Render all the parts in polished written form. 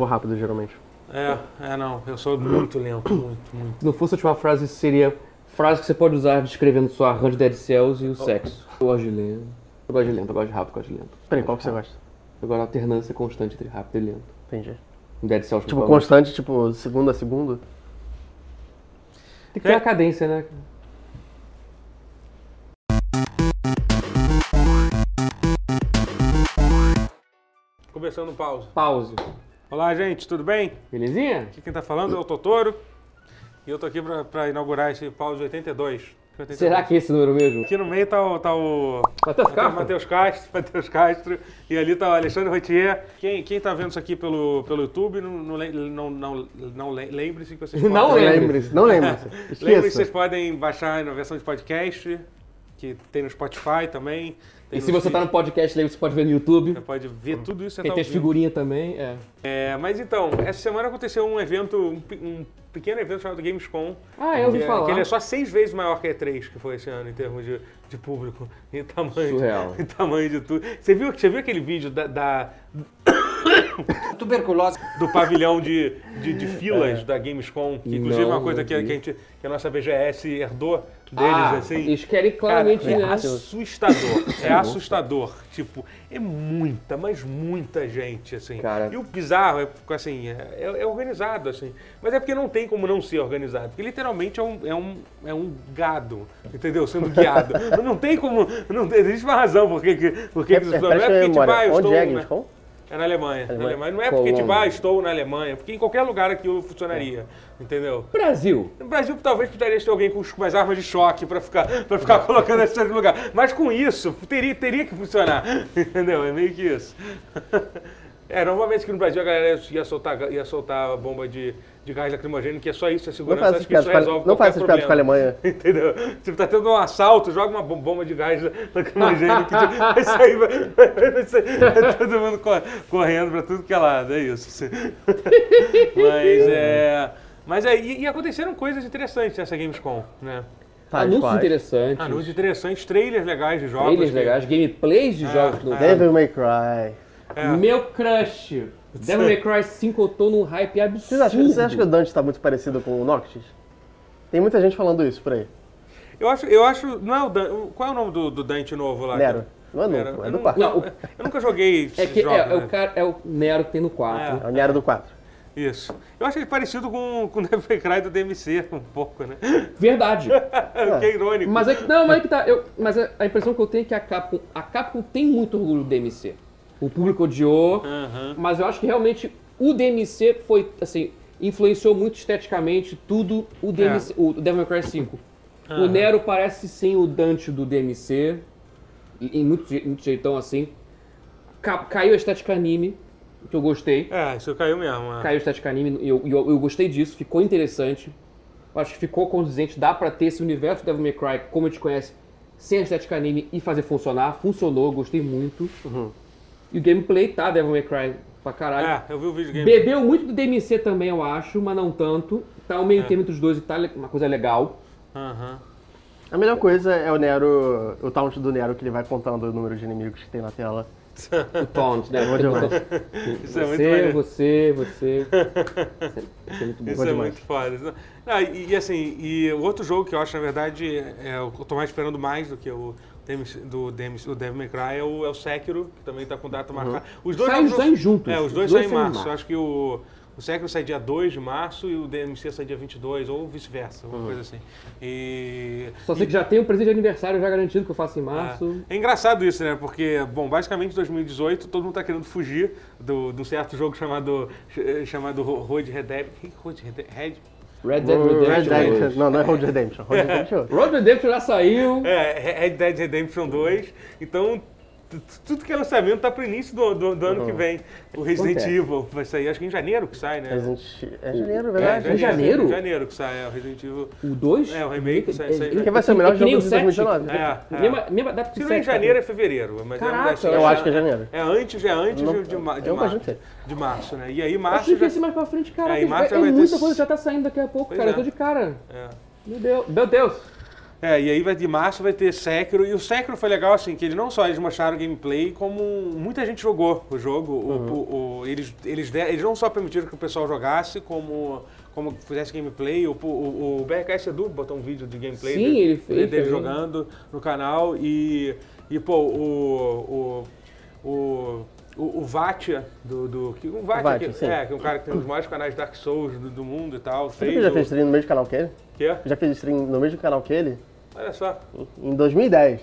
vou rápido, geralmente. Não. Eu sou muito lento, muito. Se não fosse a última frase, seria frase que você pode usar descrevendo sua run de Dead Cells e o sexo. Eu gosto de lento. Eu gosto de lento, eu gosto de rápido, eu gosto de lento. Peraí, qual que você gosta? Eu gosto da alternância constante entre rápido e lento. Entendi. Dead Cells. Tipo, constante, tipo, segundo a segundo? Tem que ter uma cadência, né? Começando o Pause. Olá, gente, tudo bem? Belezinha? Aqui quem tá falando é o Totoro. E eu tô aqui pra inaugurar esse pause 82. Será que é esse número mesmo? Aqui no meio tá o Matheus Matheus Castro. E ali tá o Alexandre Roitier. Quem tá vendo isso aqui pelo YouTube, não lembre-se que vocês podem... Não lembre-se. Lembre-se que vocês podem baixar na versão de podcast, que tem no Spotify também. E se você tá no podcast, lembre-se, você pode ver no YouTube. Você pode ver tudo isso. Tem figurinha também, Mas então, essa semana aconteceu um evento, um pequeno evento chamado Gamescom. Eu ouvi falar. Que ele é só 6 vezes maior que a E3, que foi esse ano, em termos de público e tamanho. Surreal. E tamanho de tudo. Você viu aquele vídeo da tuberculose do pavilhão de filas da Gamescom, que inclusive é uma coisa que a nossa BGS herdou deles, assim. Eles querem claramente, cara, né? É assustador. Tipo, é muita, mas muita gente, assim. Cara. E o bizarro é, assim, é organizado, assim. Mas é porque não tem como não ser organizado. Porque literalmente é um gado, entendeu? Sendo guiado. Não tem como. Não existe uma razão por que isso não é porque tipo, eu estou. Onde é a Gamescom? É na Alemanha. Não é porque, tipo, estou na Alemanha. Porque em qualquer lugar aquilo funcionaria. Entendeu? Brasil. No Brasil, talvez precisaria ter alguém com umas armas de choque pra ficar colocando esse lugar. Mas com isso, teria que funcionar. Entendeu? É meio que isso. Normalmente aqui no Brasil a galera ia soltar bomba de gás lacrimogêneo, que é só isso, a segurança, acho que isso resolve não faz qualquer essas piadas com a Alemanha. Entendeu? Tipo, tá tendo um assalto, joga uma bomba de gás lacrimogêneo que vai sair, vai todo mundo correndo pra tudo que é lado, é isso. Mas e aconteceram coisas interessantes nessa Gamescom, né? Anúncios interessantes. Anúncios interessantes, trailers legais de jogos. Trailers legais, gameplays de jogos. Devil May Cry. Meu crush. Devil May Cry 5 eu tô num hype absurdo. Você acha que o Dante tá muito parecido com o Noctis? Tem muita gente falando isso por aí. Eu acho, não é o Dante, qual é o nome do Dante novo lá? Nero. Não é novo, é do 4. Eu nunca joguei esses jogos, é o Nero que tem no 4. É o Nero do 4. Isso. Eu acho ele parecido com o Devil May Cry do DMC, um pouco, né? Verdade. Que é irônico. Mas mas a impressão que eu tenho é que a Capcom tem muito orgulho do DMC. O público odiou, mas eu acho que realmente o DMC foi, assim, influenciou muito esteticamente tudo o DMC, o Devil May Cry 5. O Nero parece sim o Dante do DMC, em muito jeitão assim. Caiu a estética anime, que eu gostei. Isso caiu mesmo. Caiu a estética anime e eu gostei disso, ficou interessante. Eu acho que ficou condizente, dá pra ter esse universo do Devil May Cry, como a gente conhece, sem a estética anime e fazer funcionar. Funcionou, gostei muito. E o gameplay Devil May Cry pra caralho. Eu vi o vídeo gameplay. Bebeu muito do DMC também, eu acho, mas não tanto. Tá o meio termo entre os dois e tá uma coisa legal. A melhor coisa é o taunt do Nero, que ele vai contando o número de inimigos que tem na tela. O taunt, né? Isso é muito maneiro. Você. Isso é muito bom. Isso é muito foda. E o outro jogo que eu acho, na verdade, eu tô mais esperando mais do que o Devil May Cry é o Sekiro, que também tá com data marcada. Os dois saem juntos. Os dois saem em março. Eu acho que o Sekiro sai dia 2 de março e o DMC sai dia 22, ou vice-versa, alguma coisa assim. Só sei que já tem um presente de aniversário já garantido que eu faço em março. É engraçado isso, né? Porque, basicamente em 2018 todo mundo tá querendo fugir de um certo jogo chamado Road Redemption. Red Dead Redemption. Não é Road Redemption. Road Redemption já saiu. Red Dead Redemption 2. Então, tudo que é lançamento tá pro início do ano que vem. O Resident Evil vai sair, acho que em janeiro que sai, né? É janeiro, verdade? É janeiro? Em janeiro que sai, o Resident Evil. O 2? O remake sai. Que vai ser o melhor jogo de 2019. Mesma data Se não é em janeiro, é fevereiro. Mas caraca, eu acho que é janeiro. É antes de março, né? E aí março eu já... mais pra frente, cara. Aí março muita coisa já tá saindo daqui a pouco, cara. Eu tô de cara. Meu Deus. E aí de março vai ter Sekiro, e o Sekiro foi legal assim, que eles não só mostraram gameplay, como muita gente jogou o jogo, eles não só permitiram que o pessoal jogasse, como fizesse gameplay, o BRKS Edu botou um vídeo de gameplay dele jogando no canal, e pô, o Vatia, o Vatia, que é um cara que tem um dos maiores canais de Dark Souls do mundo e tal. Você já fez stream no mesmo canal que ele? Quê? Já fez stream no mesmo canal que ele? Olha só. Em 2010.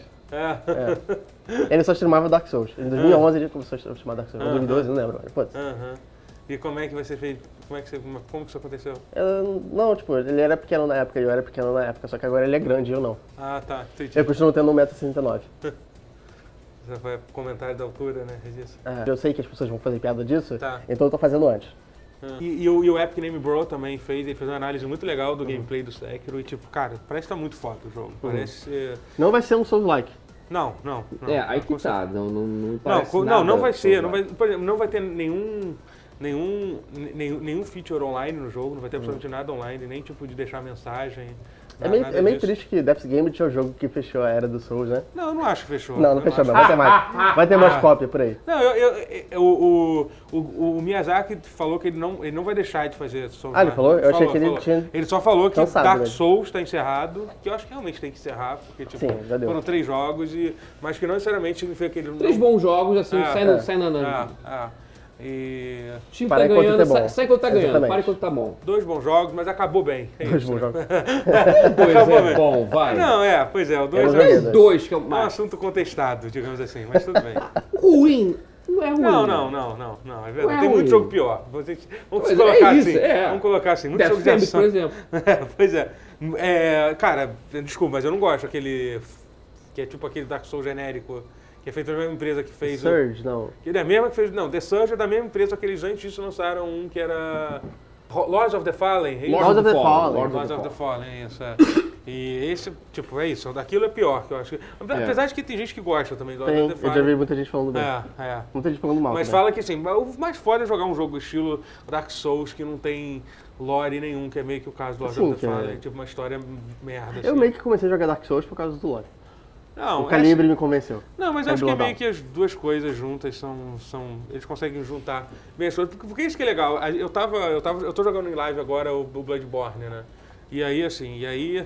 Ele só streamava Dark Souls. Em 2011 ele começou a streamar Dark Souls. Em 2012, não lembro. E como é que você fez? Como que isso aconteceu? Não, tipo, ele era pequeno na época e eu era pequeno na época, só que agora ele é grande e eu não. Ah, tá. Entendi. Eu continuo tendo 1,69 m. Você foi comentário da altura, né? Eu sei que as pessoas vão fazer piada disso, tá. Então eu tô fazendo antes. E o Epic Name Bro também ele fez uma análise muito legal do gameplay do Sekiro e tipo, cara, parece que tá muito foda o jogo. Parece ser... Não vai ser um Souls-like. Não. Aí que tá, não parece nada. Não vai ser, não vai ter nenhum feature online no jogo, não vai ter absolutamente nada online, nem tipo de deixar mensagem. É meio triste que Death's Game tinha o jogo que fechou a era do Souls, né? Não, eu não acho que fechou. Não fechou não, vai ter mais. Vai ter mais cópia por aí. Não, o Miyazaki falou que ele não vai deixar de fazer Souls. Ele falou? Eu achei que ele tinha... Ele só falou que cansado, Dark Souls está encerrado, que eu acho que realmente tem que encerrar, porque tipo, sim, já deu. Foram 3 jogos, mas que não necessariamente significa que ele não... 3 bons jogos, assim, sai na... E... time tá ganhando, sai quando tá ganhando, para quando tá bom. 2 bons jogos, mas acabou bem. 2 bons jogos. Acabou bem. Bom, vai. Não, pois é, o 2 é... 2 que é um assunto contestado, digamos assim, mas tudo bem. Ruim. Não é ruim. Não, é verdade. Tem muito jogo pior. Vamos colocar assim, muito jogo de ação. Por exemplo. Pois é. Cara, desculpa, mas eu não gosto daquele... Que é tipo aquele Dark Souls genérico, que é feito pela mesma empresa que fez... Surge, não. Que é a mesma que fez... Não, The Surge é da mesma empresa, que eles antes disso lançaram um que era... Lords of the Fallen. Lords of the Fallen, isso, E esse, tipo, é isso. Daquilo é pior, que eu acho. Apesar de que tem gente que gosta também do Lords of the Fallen. Eu já vi muita gente falando bem. Muita gente falando mal. Mas também. fala que, assim, o mais foda é jogar um jogo estilo Dark Souls, que não tem lore nenhum, que é meio que o caso do Lords of the Fallen. Tipo, uma história merda, Eu meio que comecei a jogar Dark Souls por causa do lore. Não, o Calibre me convenceu. Não, mas acho que é meio que as duas coisas juntas são eles conseguem juntar bem as coisas. Porque isso que é legal. Eu tô jogando em live agora o Bloodborne, né? E aí, assim,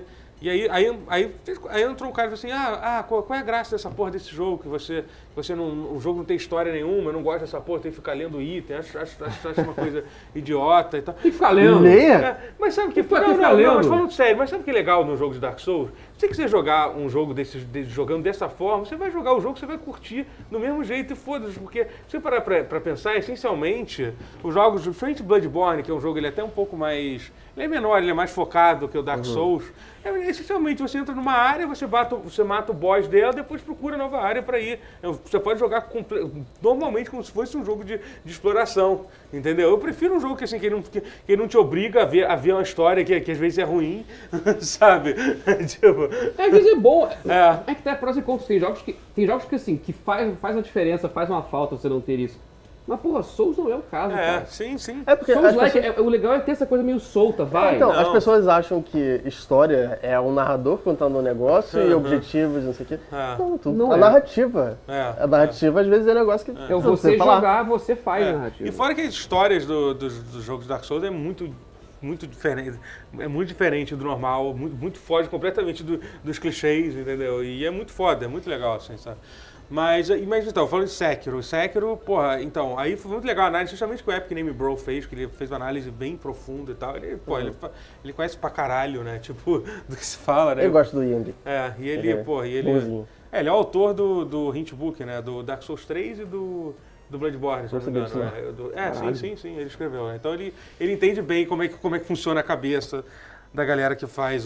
aí entrou um cara e falou assim, qual é a graça dessa porra desse jogo? Que você não, o jogo não tem história nenhuma, eu não gosto dessa porra, tem que ficar lendo item, acho uma coisa idiota e tal. Tem que ficar lendo. Leia? Mas sabe o que... Não, mas falando sério, mas sabe o que é legal no jogo de Dark Souls? Se você quiser jogar um jogo jogando dessa forma, você vai jogar o jogo, você vai curtir do mesmo jeito e foda-se, porque se você parar pra pensar, essencialmente, os jogos, diferente do Bloodborne, que é um jogo, ele é até um pouco mais... Ele é menor, ele é mais focado que o Dark Souls. Essencialmente, você entra numa área, você mata o boss dela, depois procura nova área pra ir. Você pode jogar normalmente como se fosse um jogo de exploração, entendeu? Eu prefiro um jogo que, assim, que não te obriga a ver uma história que às vezes é ruim, sabe? Tipo... Às vezes é bom. É que tem prós e contras. Tem jogos que assim, que faz uma diferença, faz uma falta você não ter isso. Mas, porra, Souls não é o caso, cara. Sim. É porque Souls-like, o legal é ter essa coisa meio solta, vai. Então, as pessoas acham que história é um narrador contando um negócio e objetivos, não sei o quê. Não, a narrativa. A narrativa, às vezes, é um negócio que... Você jogar, você faz a narrativa. E fora que as histórias dos jogos de Dark Souls é muito diferente, é muito diferente do normal, muito foge completamente dos clichês, entendeu? E é muito foda, é muito legal, assim, sabe? Mas então, falando de Sekiro, porra, então, aí foi muito legal a análise, justamente que o Epic Name Bro fez, que ele fez uma análise bem profunda e tal. Ele conhece pra caralho, né? Tipo, do que se fala, né? Eu gosto do Ying. E ele, ele é o autor do Hint Book, né? Do Dark Souls 3 e do Bloodborne, se não me engano. Sim, ele escreveu. Né? Então ele entende bem como é que funciona a cabeça da galera que faz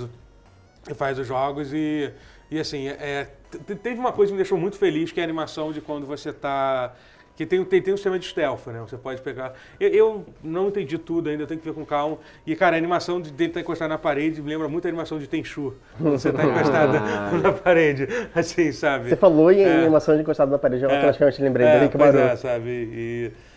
os jogos e assim, teve uma coisa que me deixou muito feliz, que é a animação de quando você tá... Que tem um sistema de stealth, né? Você pode pegar... Eu não entendi tudo ainda, eu tenho que ver com calma. E, cara, a animação dele estar encostado na parede me lembra muito a animação de Tenchu. Quando você tá encostado na parede, assim, sabe? Você falou em animação de encostado na parede, eu automaticamente lembrei dele, que barulho. Sabe?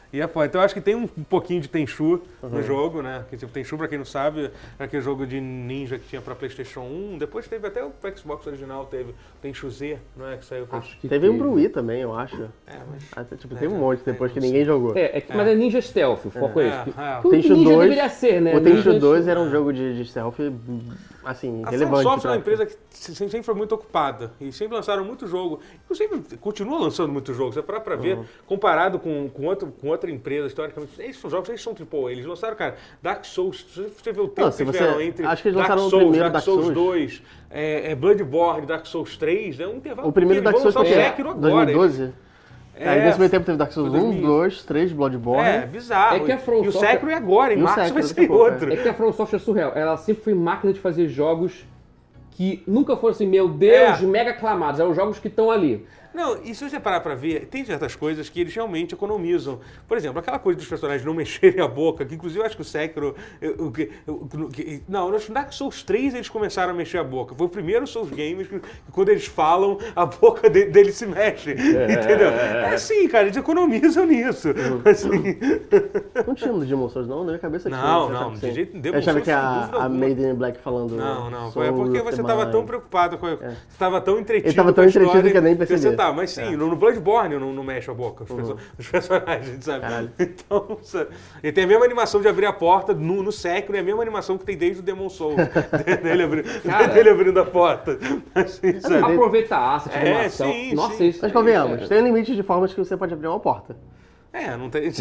E é foda. Então eu acho que tem um pouquinho de Tenchu no jogo, né? Que, tipo, Tenchu, pra quem não sabe, era aquele jogo de ninja que tinha pra PlayStation 1. Depois teve até o Xbox original, teve Tenchu Z, não é? Que saiu pra... Teve um pro Wii também, eu acho. Teve um monte depois que ninguém jogou. Mas é Ninja Stealth, o foco é esse. O Tenchu 2 deveria ser, né? O Tenchu 2 era um jogo de stealth, assim, relevante. A From Software é uma empresa que sempre foi muito ocupada e sempre lançaram muito jogo. Inclusive, continua lançando muito jogo. Você para pra ver, comparado com outra empresa, historicamente, esses são jogos, eles são AAA. Eles lançaram, cara, Dark Souls. Você vê o tempo que tiveram entre acho que eles Dark lançaram Souls, o primeiro Dark Souls 2, Bloodborne, Dark Souls 3, é um intervalo. O primeiro Dark Souls foi agora. 2012? Aí nesse meio tempo teve Dark Souls 1, 2, 3, Bloodborne. É, bizarro. É que a From e o Sekiro é agora, em março vai ser outro. É que a From Software é surreal. Ela sempre foi máquina de fazer jogos que nunca foram assim, meu Deus, mega aclamados. Eram jogos que estão ali. Não, e se você parar pra ver, tem certas coisas que eles realmente economizam. Por exemplo, aquela coisa dos personagens não mexerem a boca, que inclusive eu acho que o Sekiro... Não, no Dark Souls 3 eles começaram a mexer a boca. Foi o primeiro Souls Games que quando eles falam, a boca dele se mexe. Entendeu? É assim, cara, eles economizam nisso. Assim. Não tinha no Demon Souls, não? Na minha cabeça tinha. Não, de jeito nenhum. Eu achava que a Maiden in Black falando... Não. É porque você estava tão preocupado com... Você estava tão entretido. Ele estava tão entretido que eu nem percebi. Mas sim, no Bloodborne não mexe a boca, os personagens, sabe? Caralho. Então, sabe? Ele tem a mesma animação de abrir a porta no Sekiro, é a mesma animação que tem desde o Demon Souls, dele abrindo a porta. Assim, sabe? Aproveita a asset, animação. Sim, nossa, sim. isso. Mas convenhamos, tem um limite de formas que você pode abrir uma porta. Não tem...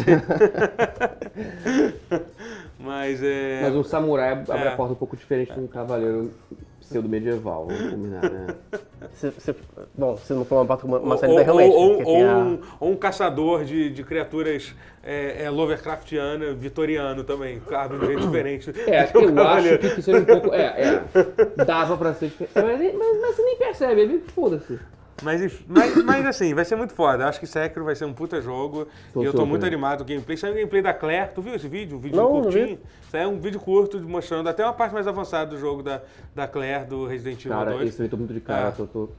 Mas um samurai abre a porta um pouco diferente de um cavaleiro pseudo-medieval, vamos combinar, né? Bom, se não for uma porta com uma saída realmente. Ou um caçador de criaturas Lovecraftiana, vitoriano também, abre de jeito diferente. Eu acho que seria um pouco... dava pra ser diferente. Mas você nem percebe, ele foda-se. Mas assim, vai ser muito foda. Acho que Sekiro vai ser um puta jogo. E eu tô muito animado com o gameplay. Saiu o gameplay da Claire. Tu viu esse vídeo? Um vídeo curtinho? Saiu um vídeo curto mostrando até uma parte mais avançada do jogo da Claire, do Resident Evil 2. Cara, esse eu tô muito de cara.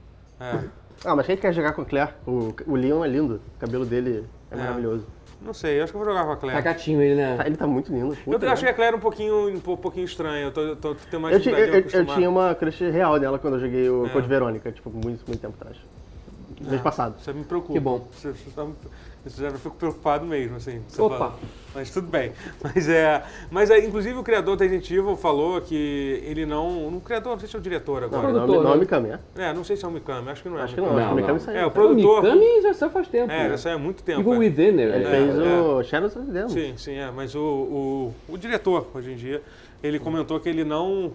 Mas quem quer jogar com a Claire? O Leon é lindo. O cabelo dele é maravilhoso. Não sei, acho que eu vou jogar com a Claire. Tá gatinho ele, né? Ele tá muito lindo. Eu achei a Claire um pouquinho estranha. Eu tenho mais dificuldade de acostumar. Eu tinha uma crush real dela quando eu joguei o Code Verônica, tipo, muito tempo atrás. Mês passado. Você me preocupa. Que bom. Eu já fico preocupado mesmo, assim. Opa! Fala. Mas tudo bem. Mas inclusive o criador da Resident Evil falou que ele não... O criador, não sei se é o diretor agora. Não é o Mikami, não sei se é o Mikami, acho que não é. Acho que não, o Mikami saiu. O produtor... O Mikami já saiu faz tempo. Já saiu há muito tempo. Evil Within, né? Ele fez o Shadows of the Demon. Sim, mas o diretor, hoje em dia, ele comentou que ele não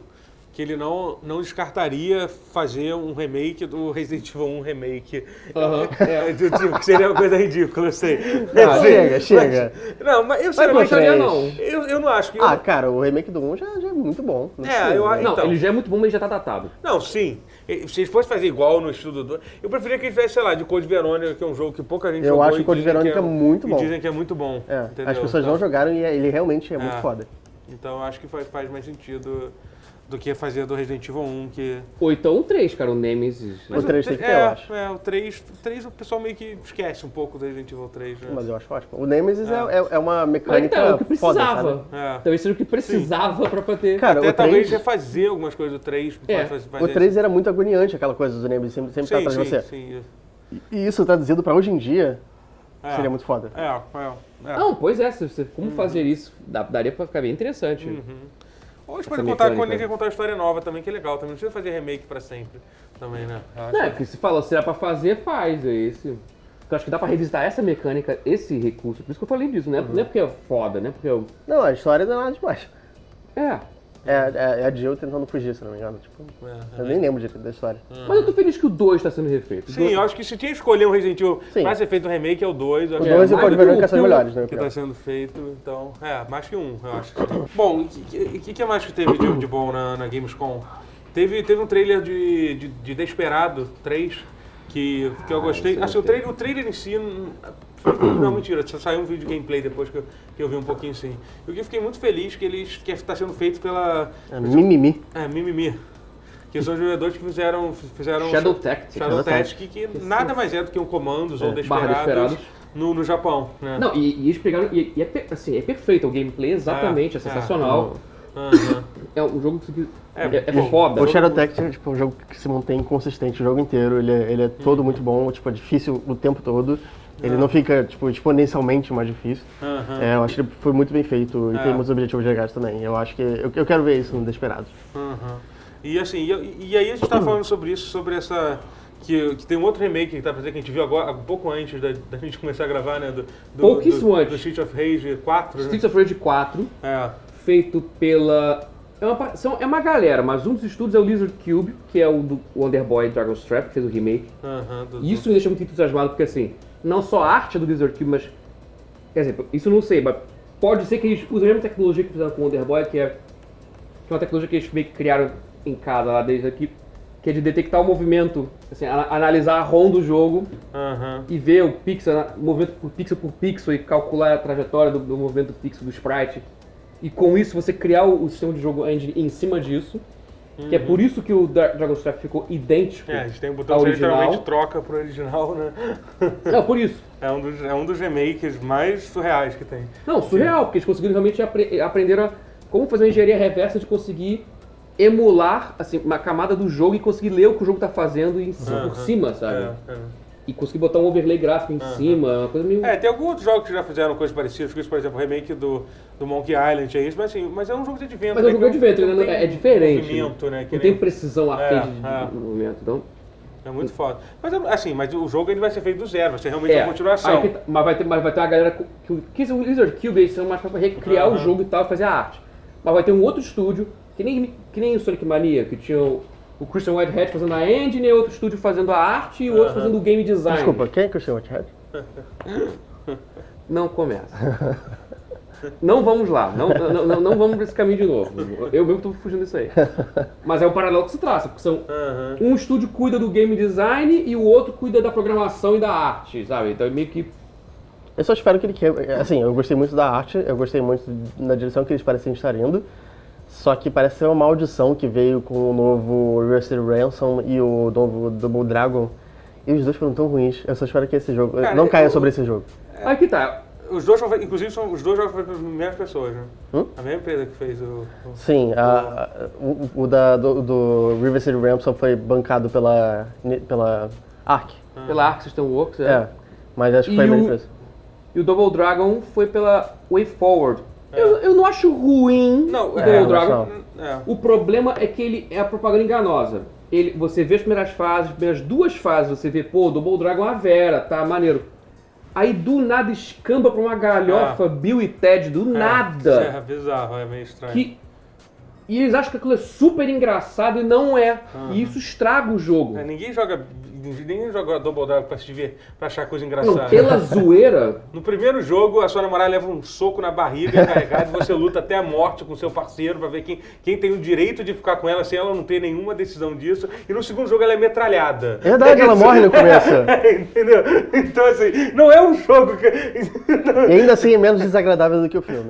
descartaria fazer um remake do Resident Evil 1 remake. Que seria uma coisa ridícula, eu sei. Chega. Mas eu sinceramente eu não acho que... cara, o remake do 1 já é muito bom. Ele já é muito bom, mas já tá datado. Não, sim. Se eles fossem fazer igual no estilo do... Eu preferia que eles fizessem, sei lá, de Code Verônica, que é um jogo que pouca gente jogou. Eu acho que o Code Verônica é muito bom. E dizem que é muito bom. As pessoas não jogaram e ele realmente é muito foda. Então eu acho que faz mais sentido do que fazer do Resident Evil 1, que... Ou então o 3, cara, o Nemesis. O 3 tem que ter, eu acho. O 3 o pessoal meio que esquece um pouco do Resident Evil 3, né? Mas eu acho ótimo. O Nemesis é uma mecânica foda, o que precisava. Talvez seja o que precisava pra poder... Cara, até talvez refazer algumas coisas do 3. O 3 era muito agoniante, aquela coisa do Nemesis sempre tá atrás de você. Sim. E isso traduzido pra hoje em dia, seria muito foda. Não, pois como fazer isso, daria pra ficar bem interessante. Ou eles podem contar uma história nova também, que é legal. Também não precisa fazer remake pra sempre. Também, né? Porque se falou, se dá pra fazer, faz. Eu acho que dá pra revisitar essa mecânica, esse recurso. Por isso que eu falei disso, né? Não é porque é foda, né? Porque Não, a história não é nada demais. É a Jill tentando fugir, se não me engano. Tipo, eu nem lembro da história. Mas eu tô feliz que o 2 tá sendo refeito. Sim, eu acho que se tinha que escolher um Resident Evil pra ser feito um remake, é o 2. O 2 e o Code Verônica são os melhores, né? Que tá sendo feito, então... mais que um, eu acho. Bom, o que mais que teve de bom na Gamescom? Teve um trailer de Desperado 3, que eu gostei. Assim, o trailer em si... Não, mentira, só saiu um vídeo de gameplay depois que eu vi um pouquinho sim. Eu fiquei muito feliz que está sendo feito pela... Mimimi. Mimimi. Que são os jogadores que fizeram Shadow Tactics. Que nada mais é do que um Comandos ou Desperados No Japão, né? Não, e eles pegaram... E é perfeito, o gameplay exatamente, é sensacional. É um jogo que é foda. O Shadow Tactics é tipo, um jogo que se mantém consistente o jogo inteiro, ele é todo muito bom, tipo, é difícil o tempo todo. Ele não fica, tipo, exponencialmente mais difícil. Eu acho que ele foi muito bem feito e tem muitos objetivos legais também. Eu acho que... Eu quero ver isso no Desperados. E assim, e aí a gente tava falando sobre isso, sobre essa... Que tem um outro remake que tá fazendo, que a gente viu agora, um pouco antes da gente começar a gravar, né? Pouquíssimo antes. Do Streets of Rage 4, Streets of Rage 4, feito pela... É uma galera, mas um dos estúdios é o Lizard Cube, que é o do Wonder Boy Dragon's Trap, que fez o remake. E isso me deixa muito entusiasmado, porque assim, não só a arte é do Lizard Cube, mas... Quer dizer, isso eu não sei, mas pode ser que eles usem a mesma tecnologia que fizeram com o Wonder Boy, que é uma tecnologia que eles meio que criaram em casa lá desde aqui, que é de detectar o movimento, assim, analisar a ROM do jogo e ver o pixel, movimento por pixel e calcular a trajetória do movimento do pixel do sprite. E com isso você criar o sistema de jogo engine em cima disso, que é por isso que o Dragon's Trap ficou idêntico a gente tem um botão que literalmente troca pro original, né? Não, por isso. É um dos remakes mais surreais que tem. Não, surreal, porque eles conseguiram realmente aprender como fazer uma engenharia reversa de conseguir emular assim, uma camada do jogo e conseguir ler o que o jogo tá fazendo por cima, sabe? E conseguir botar um overlay gráfico em cima, uma coisa meio... tem alguns outros jogos que já fizeram coisas parecidas, por exemplo, o remake do Monkey Island, mas é um jogo de adventure. Mas é um jogo de adventure, né? É diferente. Movimento, né? Não tem precisão arcade de movimento, então... É muito foda. Mas assim, o jogo ele vai ser feito do zero, vai ser realmente uma continuação. Mas vai ter uma galera que o Lizard Cube, eles são mais pra recriar o jogo e tal, fazer a arte. Mas vai ter um outro estúdio, que nem o Sonic Mania, que tinha o Christian Whitehead fazendo a engine, e outro estúdio fazendo a arte e o outro fazendo o game design. Desculpa, quem é Christian Whitehead? Não começa. Não vamos lá, não vamos pra esse caminho de novo. Eu mesmo tô fugindo disso aí. Mas é um paralelo que se traça, porque são um estúdio cuida do game design e o outro cuida da programação e da arte, sabe? Então é meio que... Eu só espero que ele quebre. Assim, eu gostei muito da arte, eu gostei muito da direção que eles parecem estar indo. Só que parece ser uma maldição que veio com o novo Reversed Ransom e o novo Double Dragon. E os dois foram tão ruins. Eu só espero que esse jogo não caia sobre esse jogo. Aí que tá. Os dois, inclusive, os dois jogos foram pelas mesmas pessoas, né? A mesma empresa que fez o... Sim, do Reversed Ransom foi bancado pela Arc. Pela Arc System Works, mas acho que foi a mesma empresa. E o Double Dragon foi pela WayForward. Eu não acho ruim o Double Dragon. O problema é que ele é a propaganda enganosa. Você vê as primeiras fases, as primeiras duas fases, você vê, o Double Dragon é a Vera, tá maneiro. Aí do nada escamba pra uma galhofa Bill e Ted, do nada. É bizarro, é meio estranho. E eles acham que aquilo é super engraçado e não é. E isso estraga o jogo. Ninguém joga Double Dragon pra se divertir, pra achar coisa engraçada. Não, pela zoeira. No primeiro jogo, a sua namorada leva um soco na barriga carregado e você luta até a morte com seu parceiro pra ver quem tem o direito de ficar com ela sem ela não ter nenhuma decisão disso. E no segundo jogo ela é metralhada. É verdade, ela morre no começo. Entendeu? Então assim, não é um jogo que... E ainda assim é menos desagradável do que o filme.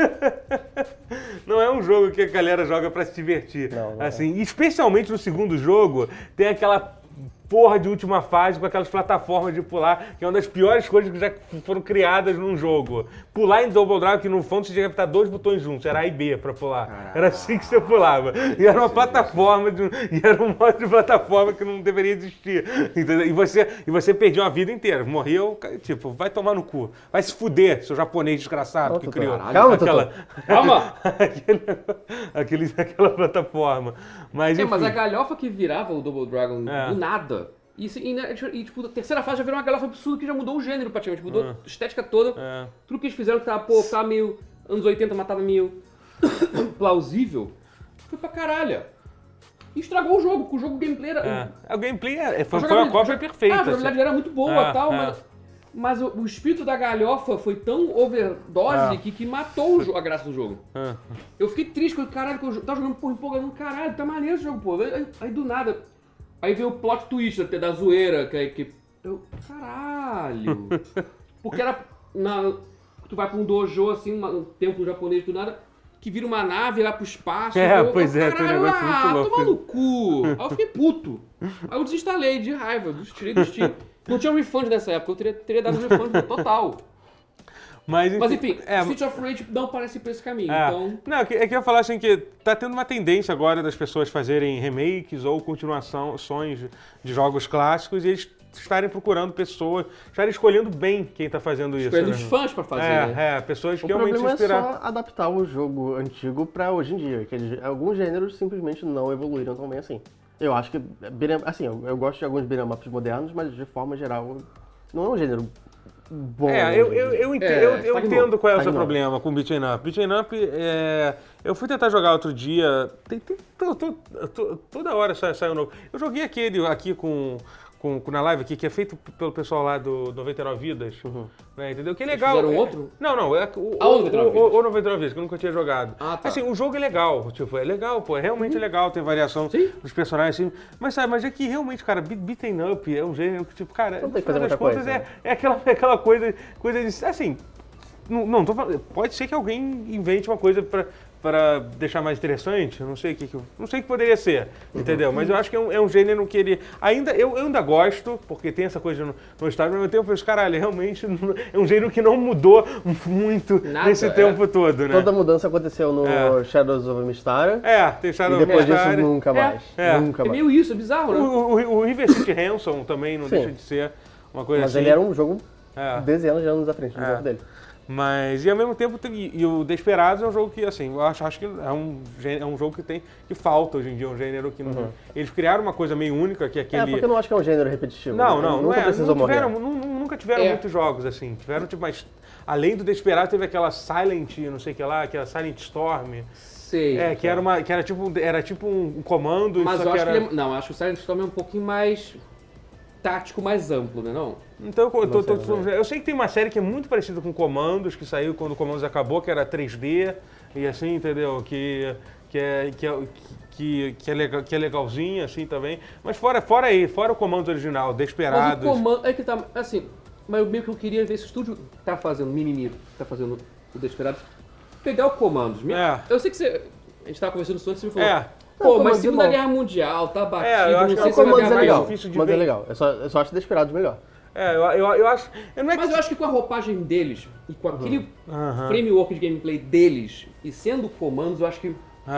Não é um jogo que a galera joga pra se divertir. Não assim, especialmente no segundo jogo, tem aquela porra de última fase com aquelas plataformas de pular, que é uma das piores coisas que já foram criadas num jogo. Pular em Double Dragon, que no fundo você tinha que apertar 2 botões juntos, era A e B pra pular. Caraca. Era assim que você pulava. E era uma plataforma, e era um modo de plataforma que não deveria existir. Entendeu? E você perdia uma vida inteira. Morreu, tipo, vai tomar no cu. Vai se fuder, seu japonês desgraçado que criou. Calma, calma! Aquela plataforma. Mas a galhofa que virava o Double Dragon do nada. E tipo, a terceira fase já virou uma galhofa absurda que já mudou o gênero praticamente, mudou a estética toda. Tudo que eles fizeram que tava meio anos 80, mas tava meio plausível, foi pra caralho. E estragou o jogo, porque o jogo gameplay era... O gameplay foi uma cópia perfeita. A jogabilidade era muito boa e tal, mas o espírito da galhofa foi tão overdose que matou a graça do jogo. Eu fiquei triste, porque caralho, que eu tava jogando empolgando, caralho, tá maneiro esse jogo, pô. Aí do nada... Aí veio o plot twist até da zoeira, caralho. Porque era... Tu vai pra um dojo, assim, um templo japonês do nada, que vira uma nave lá pro espaço. Tem um negócio muito louco. Toma no cu. Aí eu fiquei puto. Aí eu desinstalei de raiva, tirei do Steam. Não tinha refund nessa época, eu teria dado refund total. Mas enfim, Streets of Rage não parece ir pra esse caminho, então... Não, é que eu ia falar assim que tá tendo uma tendência agora das pessoas fazerem remakes ou continuações de jogos clássicos e eles estarem procurando pessoas, estarem escolhendo bem quem tá fazendo isso. Escolhendo os fãs pra fazer, né? Pessoas que realmente se O inspirar. problema é só adaptar o jogo antigo pra hoje em dia, que alguns gêneros simplesmente não evoluíram tão bem assim. Eu acho que, assim, eu gosto de alguns beat'em ups modernos, mas de forma geral não é um gênero bom. Eu entendo qual é o seu problema com o beat'em up. Beat'em up, eu fui tentar jogar outro dia, toda hora sai um novo. Eu joguei aquele aqui na live aqui, que é feito pelo pessoal lá do 99 Vidas, né, entendeu? Que é legal. Fizeram outro? Não, o 99 Vidas, que eu nunca tinha jogado. Ah, tá. Assim, o jogo é legal, tipo, é legal, pô, é realmente legal, tem variação dos personagens, assim, mas é que realmente, cara, beat'em up é um gênero que, tipo, cara, não tem que no fazer final das muita contas, coisa, é aquela coisa de, assim, não tô falando, pode ser que alguém invente uma coisa para deixar mais interessante, eu não sei o que poderia ser, entendeu? Mas eu acho que é um gênero que ele eu ainda gosto, porque tem essa coisa no estádio, mas ao mesmo tempo eu penso, caralho, realmente é um gênero que não mudou muito nesse tempo todo, né? Toda mudança aconteceu no Shadows of Mystara. Tem Shadows e of Mystara. depois disso nunca mais. Nunca É meio isso, é bizarro, né? O River City Ransom também não deixa de ser uma coisa assim. Mas ele era um jogo dezenas de anos à frente do jogo dele. Mas, e ao mesmo tempo, e o Desperados é um jogo que, assim, eu acho que é um jogo que falta hoje em dia, um gênero que não... Eles criaram uma coisa meio única, que é aquele... porque eu não acho que é um gênero repetitivo. Nunca tiveram muitos jogos, assim. Tiveram, tipo, mas além do Desperados, teve aquela Silent, não sei o que lá, aquela Silent Storm. Sei. Que era tipo um comando... Mas eu acho que não, acho que o Silent Storm é um pouquinho mais tático, mais amplo, né, não? Então, eu sei que tem uma série que é muito parecida com Comandos, que saiu quando o Comandos acabou, que era 3D, e assim, entendeu? Que é legalzinha, assim, também. Mas fora o Comandos original, Desperados... Mas o comando, que tá, assim, mas meio que eu queria ver esse estúdio tá fazendo, tá fazendo o Desperados, pegar o Comandos. Eu sei que a gente tava conversando isso antes e você me falou... Pô, mas Segunda Guerra Mundial, tá batido, eu acho não sei que se o Comandos vai é legal, difícil de mas ver. é legal. Eu só acho Desperados melhor. Eu acho... Mas eu acho que com a roupagem deles e com aquele framework de gameplay deles e sendo Comandos, eu acho que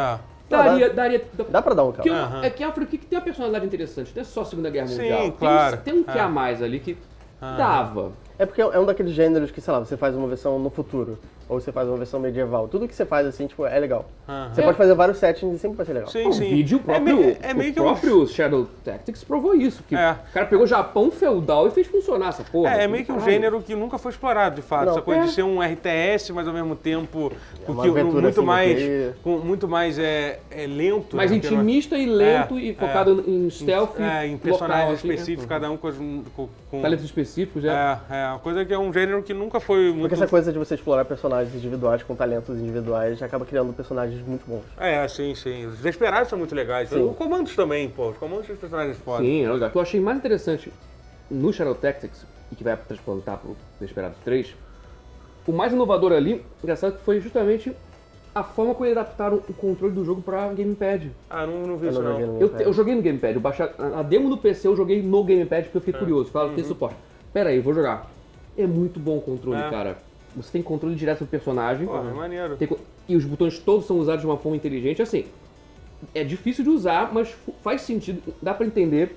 Dá pra dar um caldo. É que a África tem uma personalidade interessante, não é só a Segunda Guerra Mundial. Sim, claro. Tem um que a mais ali que dava. É porque é um daqueles gêneros que, sei lá, você faz uma versão no futuro, ou você faz uma versão medieval. Tudo que você faz, assim, tipo, é legal. Você pode fazer vários settings e sempre vai ser legal. Sim, O vídeo próprio Shadow Tactics provou isso, que o cara pegou Japão feudal e fez funcionar essa porra. É meio que um gênero que nunca foi explorado, de fato. Essa coisa de ser um RTS, mas ao mesmo tempo muito mais lento. Mais intimista e lento e focado em stealth em personagens local, específicos, cada um com talentos específicos, uma coisa que é um gênero que nunca foi muito... Porque essa coisa de você explorar personagens individuais com talentos individuais acaba criando personagens muito bons. Sim. Os Desperados são muito legais. Os Comandos também, pô. Os Comandos são personagens fodas. Sim, é legal. O que eu achei mais interessante no Shadow Tactics, e que vai transplantar pro Desperados 3, o mais inovador ali, engraçado, foi justamente a forma como eles adaptaram o controle do jogo pra Gamepad. Não vi isso não. Eu joguei no Gamepad. Eu baixei a demo do PC, eu joguei no Gamepad porque eu fiquei curioso. Falei, tem suporte. Pera aí, eu vou jogar. É muito bom o controle, cara. Você tem controle direto do personagem. É maneiro. E os botões todos são usados de uma forma inteligente. Assim, é difícil de usar, mas faz sentido, dá pra entender.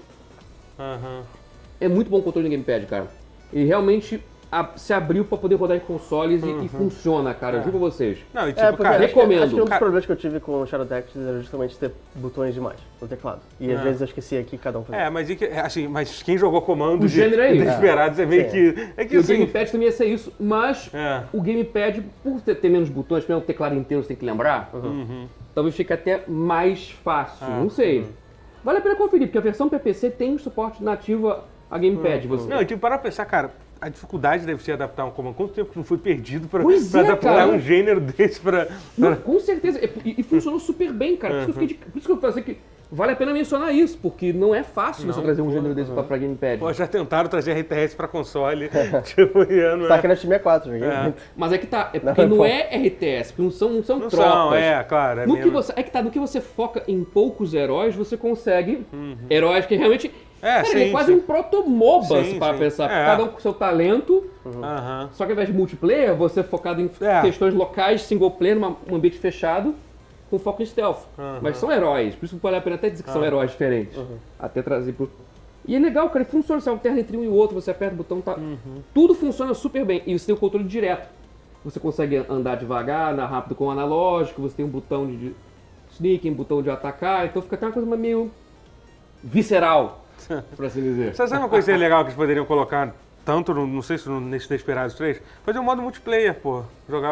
É muito bom o controle do Gamepad, cara. E realmente se abriu pra poder rodar em consoles e funciona, cara. Eu juro pra vocês. Não, e tipo, cara, recomendo. Acho que um dos problemas que eu tive com o Shadow Tactics era justamente ter botões demais no teclado. E às vezes eu esquecia que cada um fazia. Mas quem jogou Comandos O gênero é isso. Desesperados é meio que... E o Gamepad também ia ser isso, mas o Gamepad, por ter menos botões, mesmo o teclado inteiro você tem que lembrar, talvez fique até mais fácil, não sei. Vale a pena conferir, porque a versão PPC tem um suporte nativo a Gamepad. Não, e tipo, para pensar, cara, a dificuldade deve ser adaptar um comando. Quanto tempo que não foi perdido pra adaptar um gênero desse pra... Não, com certeza. E funcionou super bem, cara. Por isso que eu falei que vale a pena mencionar isso, porque não é fácil você trazer um gênero desse pra gamepad. Pô, já tentaram trazer RTS pra console, tipo, e não Tá é. aqui na Steam 64, joguei. Mas é que tá, é porque não é RTS, porque não são Não tropas. são, claro. No que você, no que você foca em poucos heróis, você consegue heróis que realmente... Cara, ele é quase um proto-MOBA, se para pensar. Cada um com seu talento, só que ao invés de multiplayer, você é focado em questões locais, single player, num ambiente fechado, com foco em stealth. Mas são heróis, por isso vale a pena até dizer que são heróis diferentes. Até trazer pro... E é legal, cara, ele funciona, você alterna entre um e outro, você aperta o botão, tudo funciona super bem. E você tem o controle direto. Você consegue andar devagar, andar rápido com o analógico, você tem um botão de sneaking, botão de atacar, então fica até uma coisa meio visceral, por assim dizer. Sabe uma coisa legal que eles poderiam colocar, tanto, não sei se nesse Desperados 3, fazer um modo multiplayer, pô. Jogar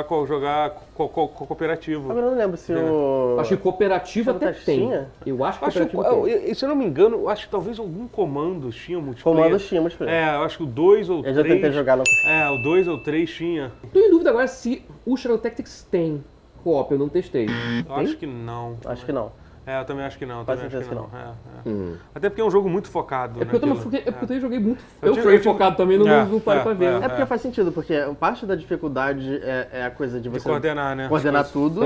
cooperativo. Agora eu não lembro se o... Acho que cooperativo até tem. Eu acho que cooperativo tem. Se eu não me engano, eu acho que talvez algum comandos tinha multiplayer. Comandos tinha multiplayer. Eu acho que o 2 ou 3... Eu já tentei jogar, não consegui. o 2 ou 3 tinha. Tô em dúvida agora se o Shadow Tactics tem co-op, eu não testei. Eu acho que não. Acho que não. Eu também acho que não. Quase certeza que não. Até porque é um jogo muito focado. Porque eu também joguei muito. Eu fui focado também, não parei pra ver. É porque faz sentido, porque parte da dificuldade é a coisa de você coordenar, né? Coordenar tudo.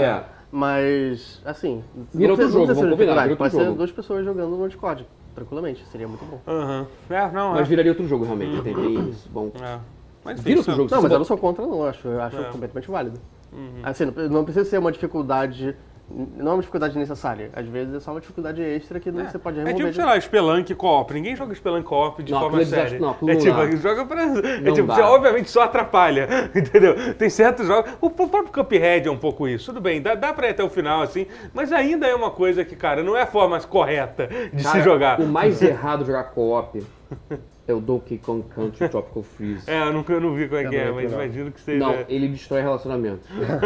Mas, assim, vira outro jogo, vamos combinar. Pode ser 2 pessoas jogando no Discord, tranquilamente, seria muito bom. Mas viraria outro jogo, realmente. Tem bem isso, bom. Mas vira outro jogo. Não, mas eu não sou contra, não, eu acho completamente válido. Assim, não precisa ser uma dificuldade... Não é uma dificuldade necessária. Às vezes é só uma dificuldade extra que você pode remover. É tipo, sei lá, Spelunk co-op. Ninguém joga Spelunk co-op de forma séria. Joga pra... obviamente só atrapalha, entendeu? Tem certos jogos... O próprio Cuphead é um pouco isso. Tudo bem, dá pra ir até o final, assim, mas ainda é uma coisa que, cara, não é a forma correta de se jogar. O mais errado de jogar co-op é o Donkey Kong Country Tropical Freeze. Eu não vi qual é que é, mas imagino que seja... Não, ele destrói relacionamento.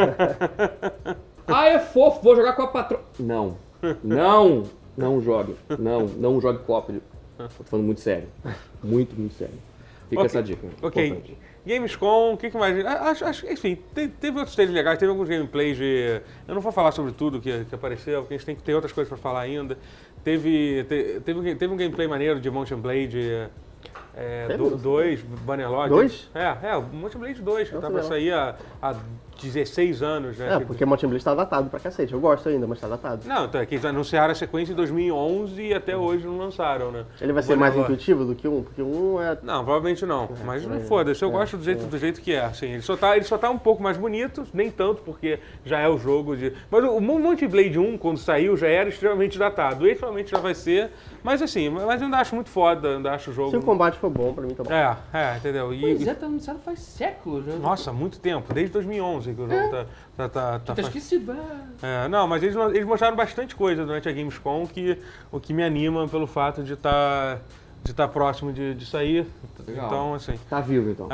É fofo, vou jogar com a patroa. Não jogue. Não jogue co-op. Tô falando muito sério. Muito sério. Fica essa dica. Ok. Importante. Gamescom, o que mais? Enfim, teve outros trailers legais, teve alguns gameplays de... Eu não vou falar sobre tudo que apareceu, porque a gente tem que ter outras coisas pra falar ainda. Teve um gameplay maneiro de Mountain Blade 2, Bannerlord. 2? O Mountain Blade 2, que tá pra sair há 16 anos, né? Porque o Mountain Blade tá datado pra cacete. Eu gosto ainda, mas tá datado. Não, então é que eles anunciaram a sequência em 2011 e até hoje não lançaram, né? Ele vai ser mais intuitivo do que um? Porque um é... Não, provavelmente não. Mas não foda-se, eu gosto do jeito que é. Assim, ele só tá um pouco mais bonito, nem tanto, porque já é o jogo de... Mas o Mountain Blade 1, quando saiu, já era extremamente datado. Esse provavelmente já vai ser. Mas assim, eu ainda acho muito foda, ainda acho o jogo... Se o combate for bom, pra mim tá bom. Entendeu? Pois tá anunciado faz séculos, né? Nossa, muito tempo. Desde 2011 que o jogo tá esquecido, não, mas eles mostraram bastante coisa durante a Gamescom, o que me anima pelo fato de estar próximo de sair. Legal. Então, assim... Tá vivo, então.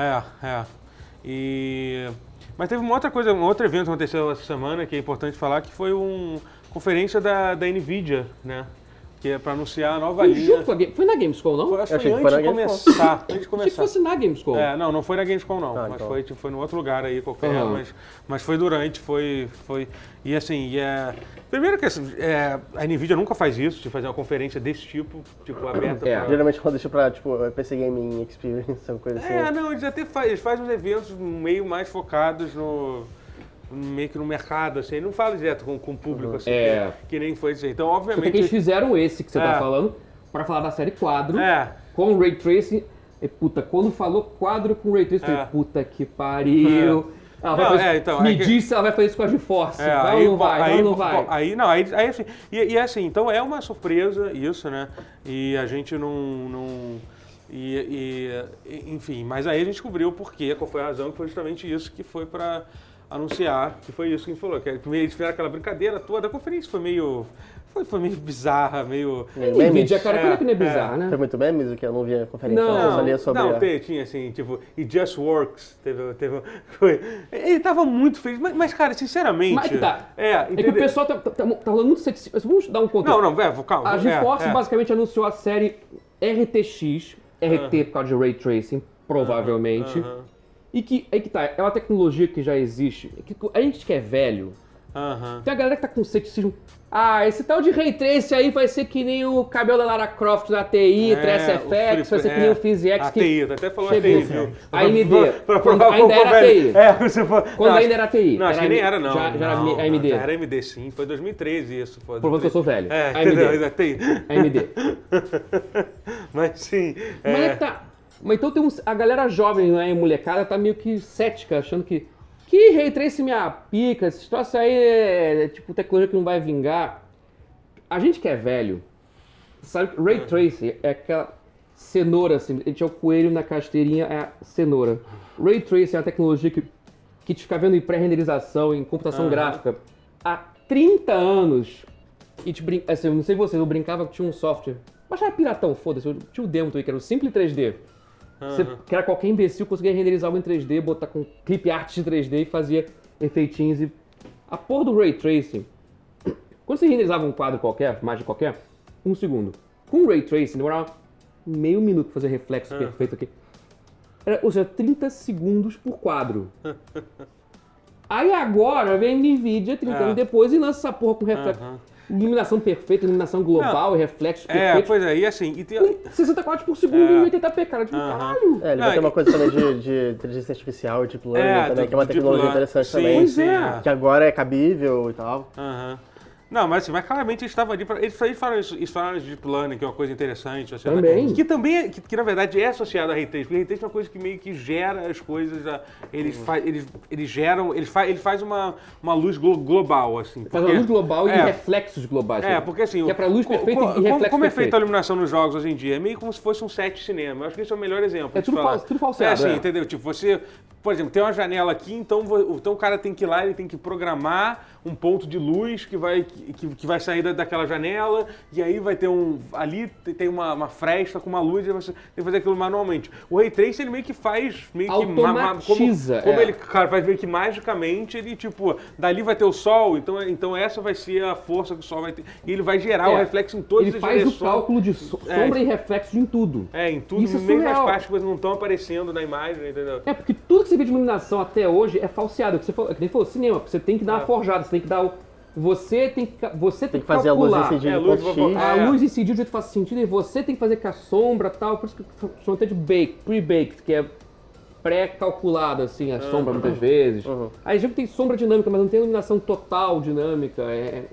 Mas teve um outro evento que aconteceu essa semana, que é importante falar, que foi uma conferência da NVIDIA, né? Que é pra anunciar a nova linha. Foi na Gamescom, não? Acho que foi antes de começar. Achei que fosse na Gamescom. Não foi na Gamescom, não. Mas então. foi no outro lugar aí qualquer. Mas foi durante, foi... E assim, primeiro que a NVIDIA nunca faz isso, de fazer uma conferência desse tipo aberta pra... Geralmente quando deixa pra, PC Gaming Experience, uma coisa assim. Não, eles até fazem uns eventos meio mais focados meio que no mercado, assim, não fala direto com o público, assim, que nem foi assim. Então, obviamente... Porque eles fizeram esse que você tá falando, pra falar da série Quadro, com Ray Tracing, e quando falou Quadro com Ray Tracing, eu falei, puta que pariu... Ela vai fazer isso com a GeForce, vai ou não vai? Aí assim, e assim, então é uma surpresa isso, né? E a gente enfim, mas aí a gente descobriu o porquê, qual foi a razão, que foi justamente isso que foi pra anunciar, que foi isso que a gente falou, que eles fizeram aquela brincadeira toda, a conferência foi meio bizarra, meio... NVIDIA, cara, quando é que não é bizarra, né? Foi muito memes, que eu não vi a conferência. Tinha assim, tipo, It Just Works, ele tava muito feliz, mas cara, sinceramente... Mas que o pessoal tá rolando muito ceticismo, vamos dar um contexto. Calma. A GeForce basicamente anunciou a série RTX, RT por causa de Ray Tracing, provavelmente, e que, é uma tecnologia que já existe, que a gente que é velho, Tem a galera que tá com ceticismo. Ah, esse tal de Ray Trace aí vai ser que nem o cabelo da Lara Croft da TI, TraceFX, vai ser que nem o PhysX. A TI, até falou a TI, viu? A AMD, quando ainda era TI. Quando ainda era TI. Não, acho que nem era, não. Já era AMD. Já era AMD, sim. Foi 2013 isso. Provando que eu sou velho. AMD. TI. AMD. Mas sim. Mas é que tá. Mas então tem a galera jovem, né, molecada, tá meio que cética, achando que Ray Trace minha pica, esse troço aí é tipo tecnologia que não vai vingar. A gente que é velho, sabe que Ray Trace é aquela cenoura, assim, a gente é o coelho na casteirinha, é a cenoura. Ray Trace é uma tecnologia que te fica vendo em pré-renderização, em computação gráfica, há 30 anos. E te assim, não sei vocês, eu brincava que tinha um software, mas era piratão, foda-se, eu tinha o demo também, que era o Simple 3D. Que era qualquer imbecil conseguia renderizar algo em 3D, botar com clip art em 3D e fazia efeitinhos. E a porra do Ray Tracing, quando você renderizava um quadro qualquer, imagem qualquer, 1 segundo. Com o Ray Tracing demorava meio minuto pra fazer reflexo perfeito aqui. Ou seja, 30 segundos por quadro. Aí agora vem a NVIDIA 30 anos depois e lança essa porra com reflexo. Iluminação perfeita, iluminação global e reflexos perfeitos. Pois é, e assim... E tem... 60 quadros por segundo em 80p, cara. Tipo, caralho. Ele vai ter uma coisa também de inteligência artificial, Deep Learning também, que é uma tecnologia interessante também. Pois é. Que agora é cabível e tal. Não, mas assim, claramente eles estavam ali para... Eles falaram de Deep Learning, que é uma coisa interessante. Assim, também. Que também, que na verdade é associado a Ray Trace, porque Ray Trace é uma coisa que meio que gera as coisas, ele faz uma luz global, assim. Faz uma luz global e reflexos globais. Porque assim... Que é pra luz perfeita e reflexo como é feita perfeito. a iluminação nos jogos hoje em dia? É meio como se fosse um set de cinema. Eu acho que esse é o melhor exemplo. É tudo falseado. Assim, entendeu? Tipo, você... Por exemplo, tem uma janela aqui, então o cara tem que ir lá, ele tem que programar um ponto de luz que vai sair daquela janela, e aí vai ter ali tem uma fresta com uma luz, e você tem que fazer aquilo manualmente. O Ray Trace, ele meio que faz... Automatiza. Como ele faz meio que magicamente, ele tipo, dali vai ter o sol, então essa vai ser a força que o sol vai ter, e ele vai gerar o reflexo em todas as direções. Ele faz o cálculo de sombra e reflexo em tudo. Em tudo, mesmo nas partes que não estão aparecendo na imagem, entendeu? Porque tudo que você vê de iluminação até hoje é falseado. Que nem falou, cinema, você tem que dar uma forjada, você tem que dar você tem que fazer calcular. A luz incidir de ponto X. A luz incidir do jeito que faz sentido, e você tem que fazer com a sombra tal, por isso que chama até de pre-baked, que é pré-calculada, assim, a sombra muitas vezes. Aí a gente tem sombra dinâmica, mas não tem iluminação total dinâmica.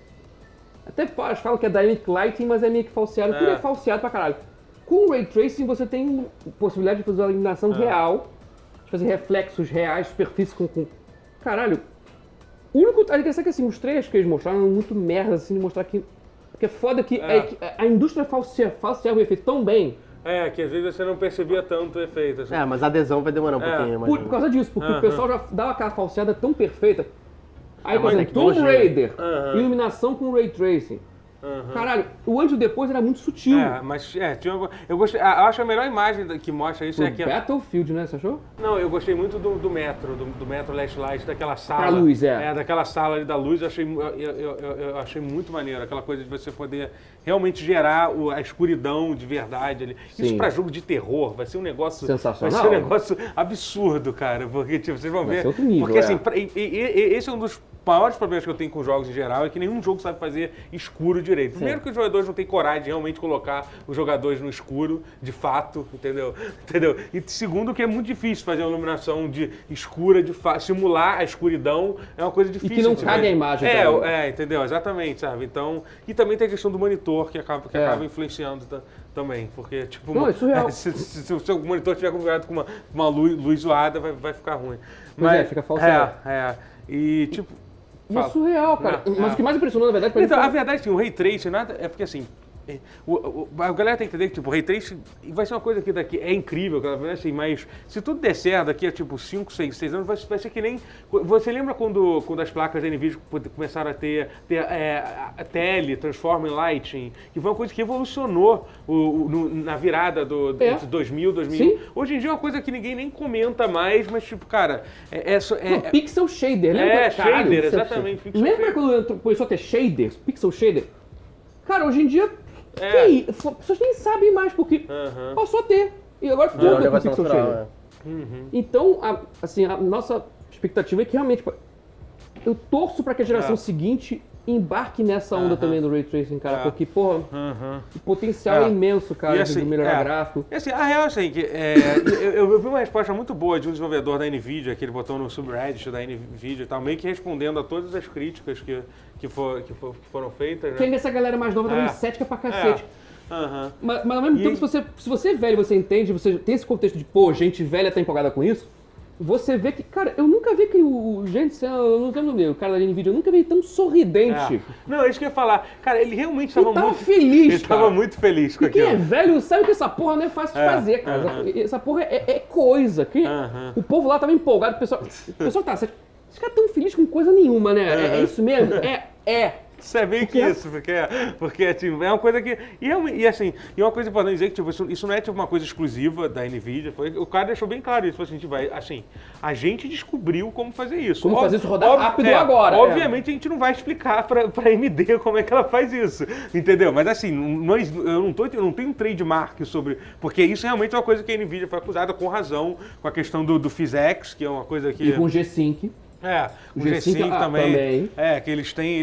Até falam que é dynamic lighting, mas é meio que falseado. Tudo é falseado pra caralho. Com o Ray Tracing você tem possibilidade de fazer uma iluminação real, de fazer reflexos reais, superfície com... Caralho, o único... A questão é que assim, os trailers que eles mostraram eram muito merda, assim, de mostrar que... Porque é foda que a indústria falseava o efeito tão bem. Que às vezes você não percebia tanto o efeito. Assim. Mas a adesão vai demorar um pouquinho. Por causa disso, porque o pessoal já dava aquela falseada tão perfeita. Aí, por exemplo, Tomb Raider, iluminação com Ray Tracing. Caralho, o antes e o depois era muito sutil. Eu gostei. Eu acho a melhor imagem que mostra isso é aquela. Battlefield, né? Você achou? Não, eu gostei muito do Metro Last Light, daquela sala. A luz, daquela sala ali da luz, eu achei muito maneiro. Aquela coisa de você poder realmente gerar a escuridão de verdade ali. Sim. Isso pra jogo de terror vai ser um negócio... Sensacional. Vai ser um negócio absurdo, cara. Porque, tipo, vocês vão ver... Vai ser outro nível, porque, assim, esse é um dos maiores problemas que eu tenho com jogos em geral, é que nenhum jogo sabe fazer escuro direito. Primeiro que os jogadores não têm coragem de realmente colocar os jogadores no escuro, de fato, entendeu? E segundo que é muito difícil fazer uma iluminação escura, simular a escuridão, é uma coisa difícil. E que não cabe a imagem também. Entendeu? Exatamente, sabe? Então, e também tem a questão do monitor, que acaba influenciando também, porque, tipo, não, é surreal. Se o seu monitor estiver configurado com uma luz zoada, vai ficar ruim. Mas fica falseado. E, tipo... E é surreal, cara. Mas o que mais impressionou, na verdade, pra então, a verdade é que o Ray Tracing é porque, assim, a galera tem que entender que, tipo, o Ray Tracing vai ser uma coisa que daqui é incrível, assim, mas se tudo der certo, daqui a, tipo, 5, 6 anos, vai ser que nem... Você lembra quando as placas da NVIDIA começaram a ter a tele, Transforming Lighting, que foi uma coisa que revolucionou na virada entre 2000 e 2000. Sim. Hoje em dia é uma coisa que ninguém nem comenta mais, mas, tipo, cara... Pixel Shader, lembra? Shader, exatamente. Lembra quando começou a ter shaders, Pixel Shader? Cara, hoje em dia, as pessoas nem sabem mais, porque passou a ter. E agora tudo é com Pixel Shader. Então, assim, a nossa expectativa é que realmente... eu torço pra que a geração seguinte embarque nessa onda também do Ray Tracing, cara, porque, porra, o potencial é imenso, cara, de melhorar gráfico. E assim, a real é assim, que, eu vi uma resposta muito boa de um desenvolvedor da NVIDIA, que ele botou no subreddit da NVIDIA e tal, meio que respondendo a todas as críticas que foram feitas, né? Tem essa galera mais nova também cética pra cacete. Mas ao mesmo tempo, se você é velho, você entende, você tem esse contexto de, pô, gente velha tá empolgada com isso, você vê que, cara, eu nunca vi que o Jensen, eu não lembro dele, o cara da NVIDIA, eu nunca vi ele tão sorridente. Não, é isso que eu ia falar. Cara, ele realmente estava muito feliz, Ele tava muito feliz com aquilo. Quem é velho sabe que essa porra não é fácil de fazer, cara. Essa porra é coisa. O povo lá tava empolgado, o pessoal tá, esses caras tão felizes com coisa nenhuma, né? É isso mesmo? Isso é meio que isso, porque tipo, é uma coisa que... E assim, e uma coisa importante dizer que tipo, isso não é tipo, uma coisa exclusiva da NVIDIA, o cara deixou bem claro isso, assim, tipo, a gente descobriu como fazer isso. Como fazer isso rodar rápido agora. Obviamente a gente não vai explicar pra AMD como é que ela faz isso, entendeu? Mas assim, eu não tenho um trademark sobre... Porque isso realmente é uma coisa que a NVIDIA foi acusada com razão, com a questão do PhysX, que é uma coisa que... E com o G-Sync. O G5 também. Que eles têm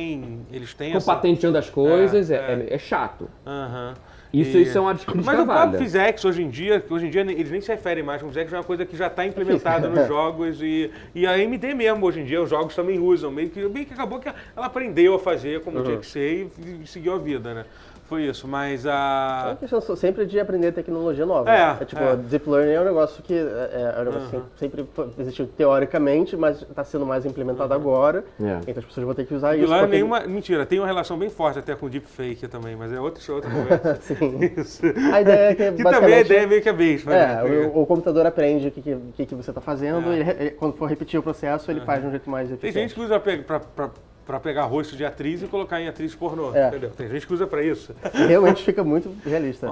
Ficam patenteando as coisas, é chato. Isso é uma crítica Mas o válida. próprio PhysX, hoje em dia, eles nem se referem mais como PhysX, é uma coisa que já está implementada nos jogos e a AMD mesmo, hoje em dia, os jogos também usam. Meio que acabou que ela aprendeu a fazer como tinha que ser e seguiu a vida, né? Foi isso, mas É uma questão sempre de aprender tecnologia nova. Deep Learning é um negócio que sempre existiu teoricamente, mas está sendo mais implementado agora. Então as pessoas vão ter que usar isso. Deep Learning mentira, tem uma relação bem forte até com Deepfake também, mas é outra conversa. Sim. Isso. A ideia é que também a ideia é meio que a mesma. O computador aprende o que você está fazendo, e quando for repetir o processo, ele faz de um jeito mais eficiente. Tem gente que usa pra pegar rosto de atriz e colocar em atriz pornô, entendeu? Tem gente que usa pra isso. Realmente fica muito realista.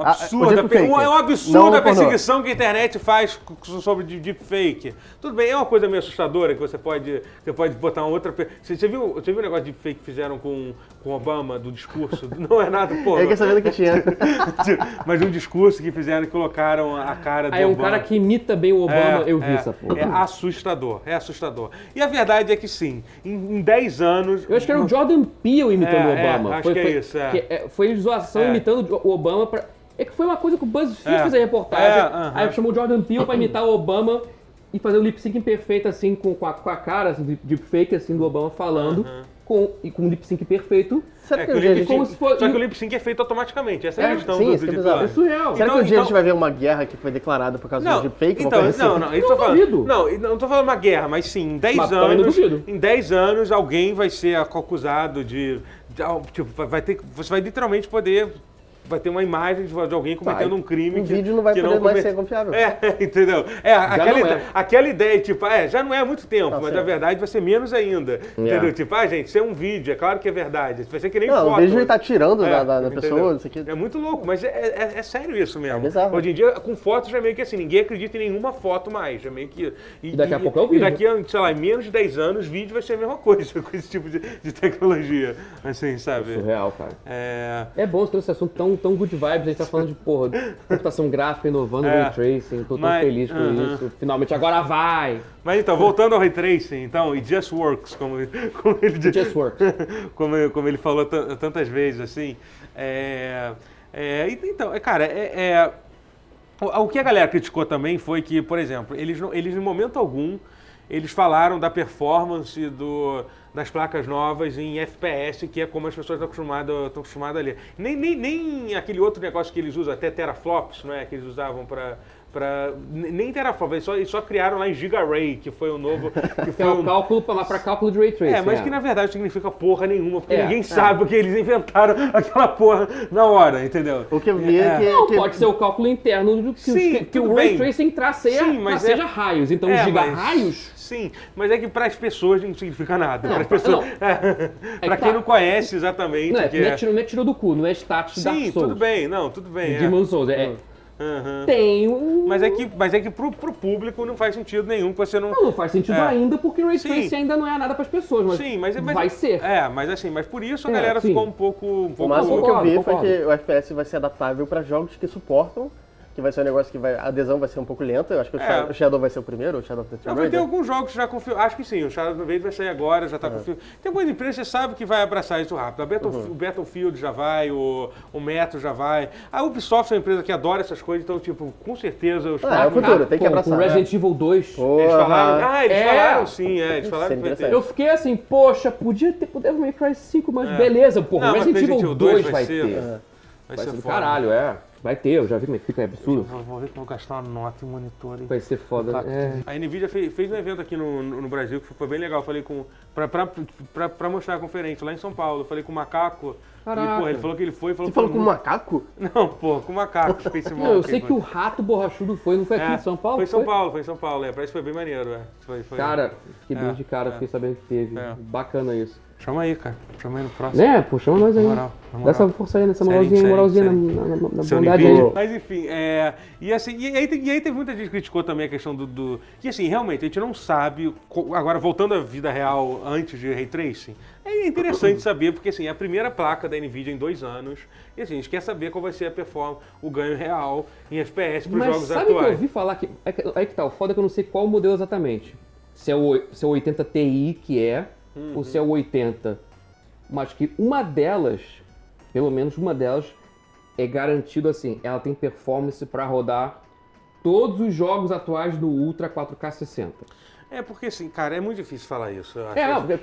É um absurdo a perseguição que a internet faz sobre deepfake. Tudo bem, é uma coisa meio assustadora que você pode botar uma outra... Você viu o negócio de deepfake que fizeram com Obama, do discurso? Não é nada, pô. Eu fiquei sabendo que tinha. Mas um discurso que fizeram e colocaram a cara do Obama. Um cara que imita bem o Obama, eu vi essa porra. É assustador. E a verdade é que sim, em 10 anos... Eu acho que era o Jordan Peele imitando o Obama. Acho que é isso. Foi ele zoação imitando o Obama. É que foi uma coisa que o BuzzFeed fez a reportagem. Aí chamou o Jordan Peele pra imitar o Obama e fazer um lip sync perfeito, assim, com a cara assim, de fake assim, do Obama falando. Com um lip sync perfeito. Só que o lip sync é feito automaticamente. Essa é a questão do Deep Learning. É surreal. Será que um dia a gente vai ver uma guerra que foi declarada por causa do deepfake? Não tô falando uma guerra, mas sim, em 10 anos. Em 10 anos alguém vai ser acusado de tipo, você vai literalmente poder... Vai ter uma imagem de alguém cometendo um crime. O vídeo não vai poder mais ser confiável. Entendeu? Aquela ideia, tipo, já não é há muito tempo, mas na verdade vai ser menos ainda. Entendeu? Tipo, gente, isso é um vídeo, é claro que é verdade. Vai ser que nem foto. O vídeo ele tá tirando da pessoa, isso aqui. É muito louco, mas é sério isso mesmo. Bizarro. Hoje em dia, com fotos já é meio que assim, ninguém acredita em nenhuma foto mais. Já meio que... E daqui a pouco é o vídeo. E daqui a, sei lá, em menos de 10 anos, vídeo vai ser a mesma coisa com esse tipo de tecnologia. Assim, sabe? É surreal, cara. É bom ter esse assunto tão good vibes, a gente tá falando de, computação gráfica inovando, Ray Tracing, tô tão feliz com isso, finalmente agora vai! Mas então, voltando ao Ray Tracing, então, it just works, como ele diz. Just works. como ele falou tantas vezes, assim, então, cara, o que a galera criticou também foi que, por exemplo, eles em momento algum, eles falaram da performance das placas novas em FPS, que é como as pessoas estão acostumadas a ler. Nem aquele outro negócio que eles usam, até teraflops, não é? Que eles usavam nem teraflops, eles só criaram lá em GigaRay, que foi o novo... Que foi o cálculo para cálculo de Ray Tracing. Mas que na verdade não significa porra nenhuma, porque ninguém sabe o que eles inventaram aquela porra na hora, entendeu? O que eu vi é que... Não, pode ser o cálculo interno do que o Ray Tracing traceja raios, então giga-raios... Sim, mas é que para as pessoas não significa nada. Para as pessoas, para quem não conhece exatamente... Não é tiro do cu, não é status da Dark Souls. Tudo bem. Demon Souls, tem Mas é que pro público não faz sentido nenhum que você não... Não faz sentido ainda, porque o Ray Tracing ainda não é nada para as pessoas, mas vai ser. Mas por isso a galera ficou um pouco... O máximo que eu vi foi que o FPS vai ser adaptável para jogos que suportam que vai ser um negócio que a adesão vai ser um pouco lenta. Eu acho que o Shadow vai ser o primeiro, o Shadow of the Tomb Vai ter Raider. alguns jogos que já confirmaram. Acho que sim, o Shadow of the Tomb Raider vai sair agora, já tá confirmado. Tem algumas empresas que você sabe que vai abraçar isso rápido. O Battlefield já vai, o Metro já vai. A Ubisoft é uma empresa que adora essas coisas, então, tipo, com certeza os É o futuro, tem que abraçar. Com Resident Evil 2. Eles falaram. Eles falaram sim, eles falaram que vai ter. Eu fiquei assim, poxa, podia ter o Devil May Cry 5, mas beleza, porra, Não, Resident mas Evil 2 vai ser, ter. Vai Vai ser ser do foda. caralho, Vai ter, eu já vi como é que fica, é absurdo. Vou ver que eu vou gastar uma nota em monitor. Hein? Vai ser foda. A Nvidia fez um evento aqui no Brasil que foi bem legal. Eu falei com. Pra mostrar a conferência lá em São Paulo. Eu falei com o Macaco. Caraca. E, porra, ele falou que ele foi. Você falou com um macaco? Não, pô, com o Macaco. Space Não, eu Monkey, sei que o Rato Borrachudo foi, não foi aqui em São Paulo? Foi em São Paulo. Parece que foi bem maneiro. Foi. Cara, fiquei bem de cara, fiquei sabendo que teve. Bacana isso. Chama aí, cara. Chama aí no próximo. Né, pô, chama nós aí. Na moral. Dá essa força aí, nessa moralzinha na Seu bondade nível. aí. Mas enfim, e aí teve muita gente que criticou também a questão do... E assim, realmente, a gente não sabe... Agora, voltando à vida real antes de Ray Tracing, é interessante saber, porque assim, é a primeira placa da Nvidia em 2 anos, e assim, a gente quer saber qual vai ser a performance, o ganho real em FPS para os jogos Mas sabe que eu atuais. ouvi falar que... Aí que tá, o foda é que eu não sei qual modelo exatamente. Se é o 80 Ti que é, ou se é o 80. Mas que uma delas, pelo menos uma delas, é garantido assim, ela tem performance para rodar todos os jogos atuais do Ultra 4K 60. É porque assim, cara, é muito difícil falar isso. Eu acho.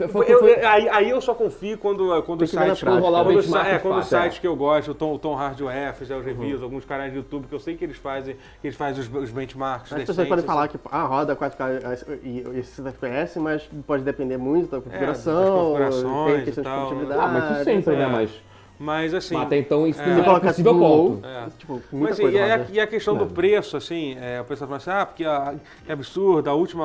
Aí eu só confio quando os sites... Quando os sites que eu gosto, o Tom Hardware, fizer os reviews, alguns canais de YouTube que eu sei que eles fazem os benchmarks. As pessoas podem falar que roda 4K e 60 FPS, mas pode depender muito da configuração, tem questão de compatibilidade. Mas isso sempre, né? Mas assim... Mas até então isso não coloca é possível ponto. Tipo, muita mas coisa e a questão do preço, assim, o pessoal fala assim, porque é absurdo,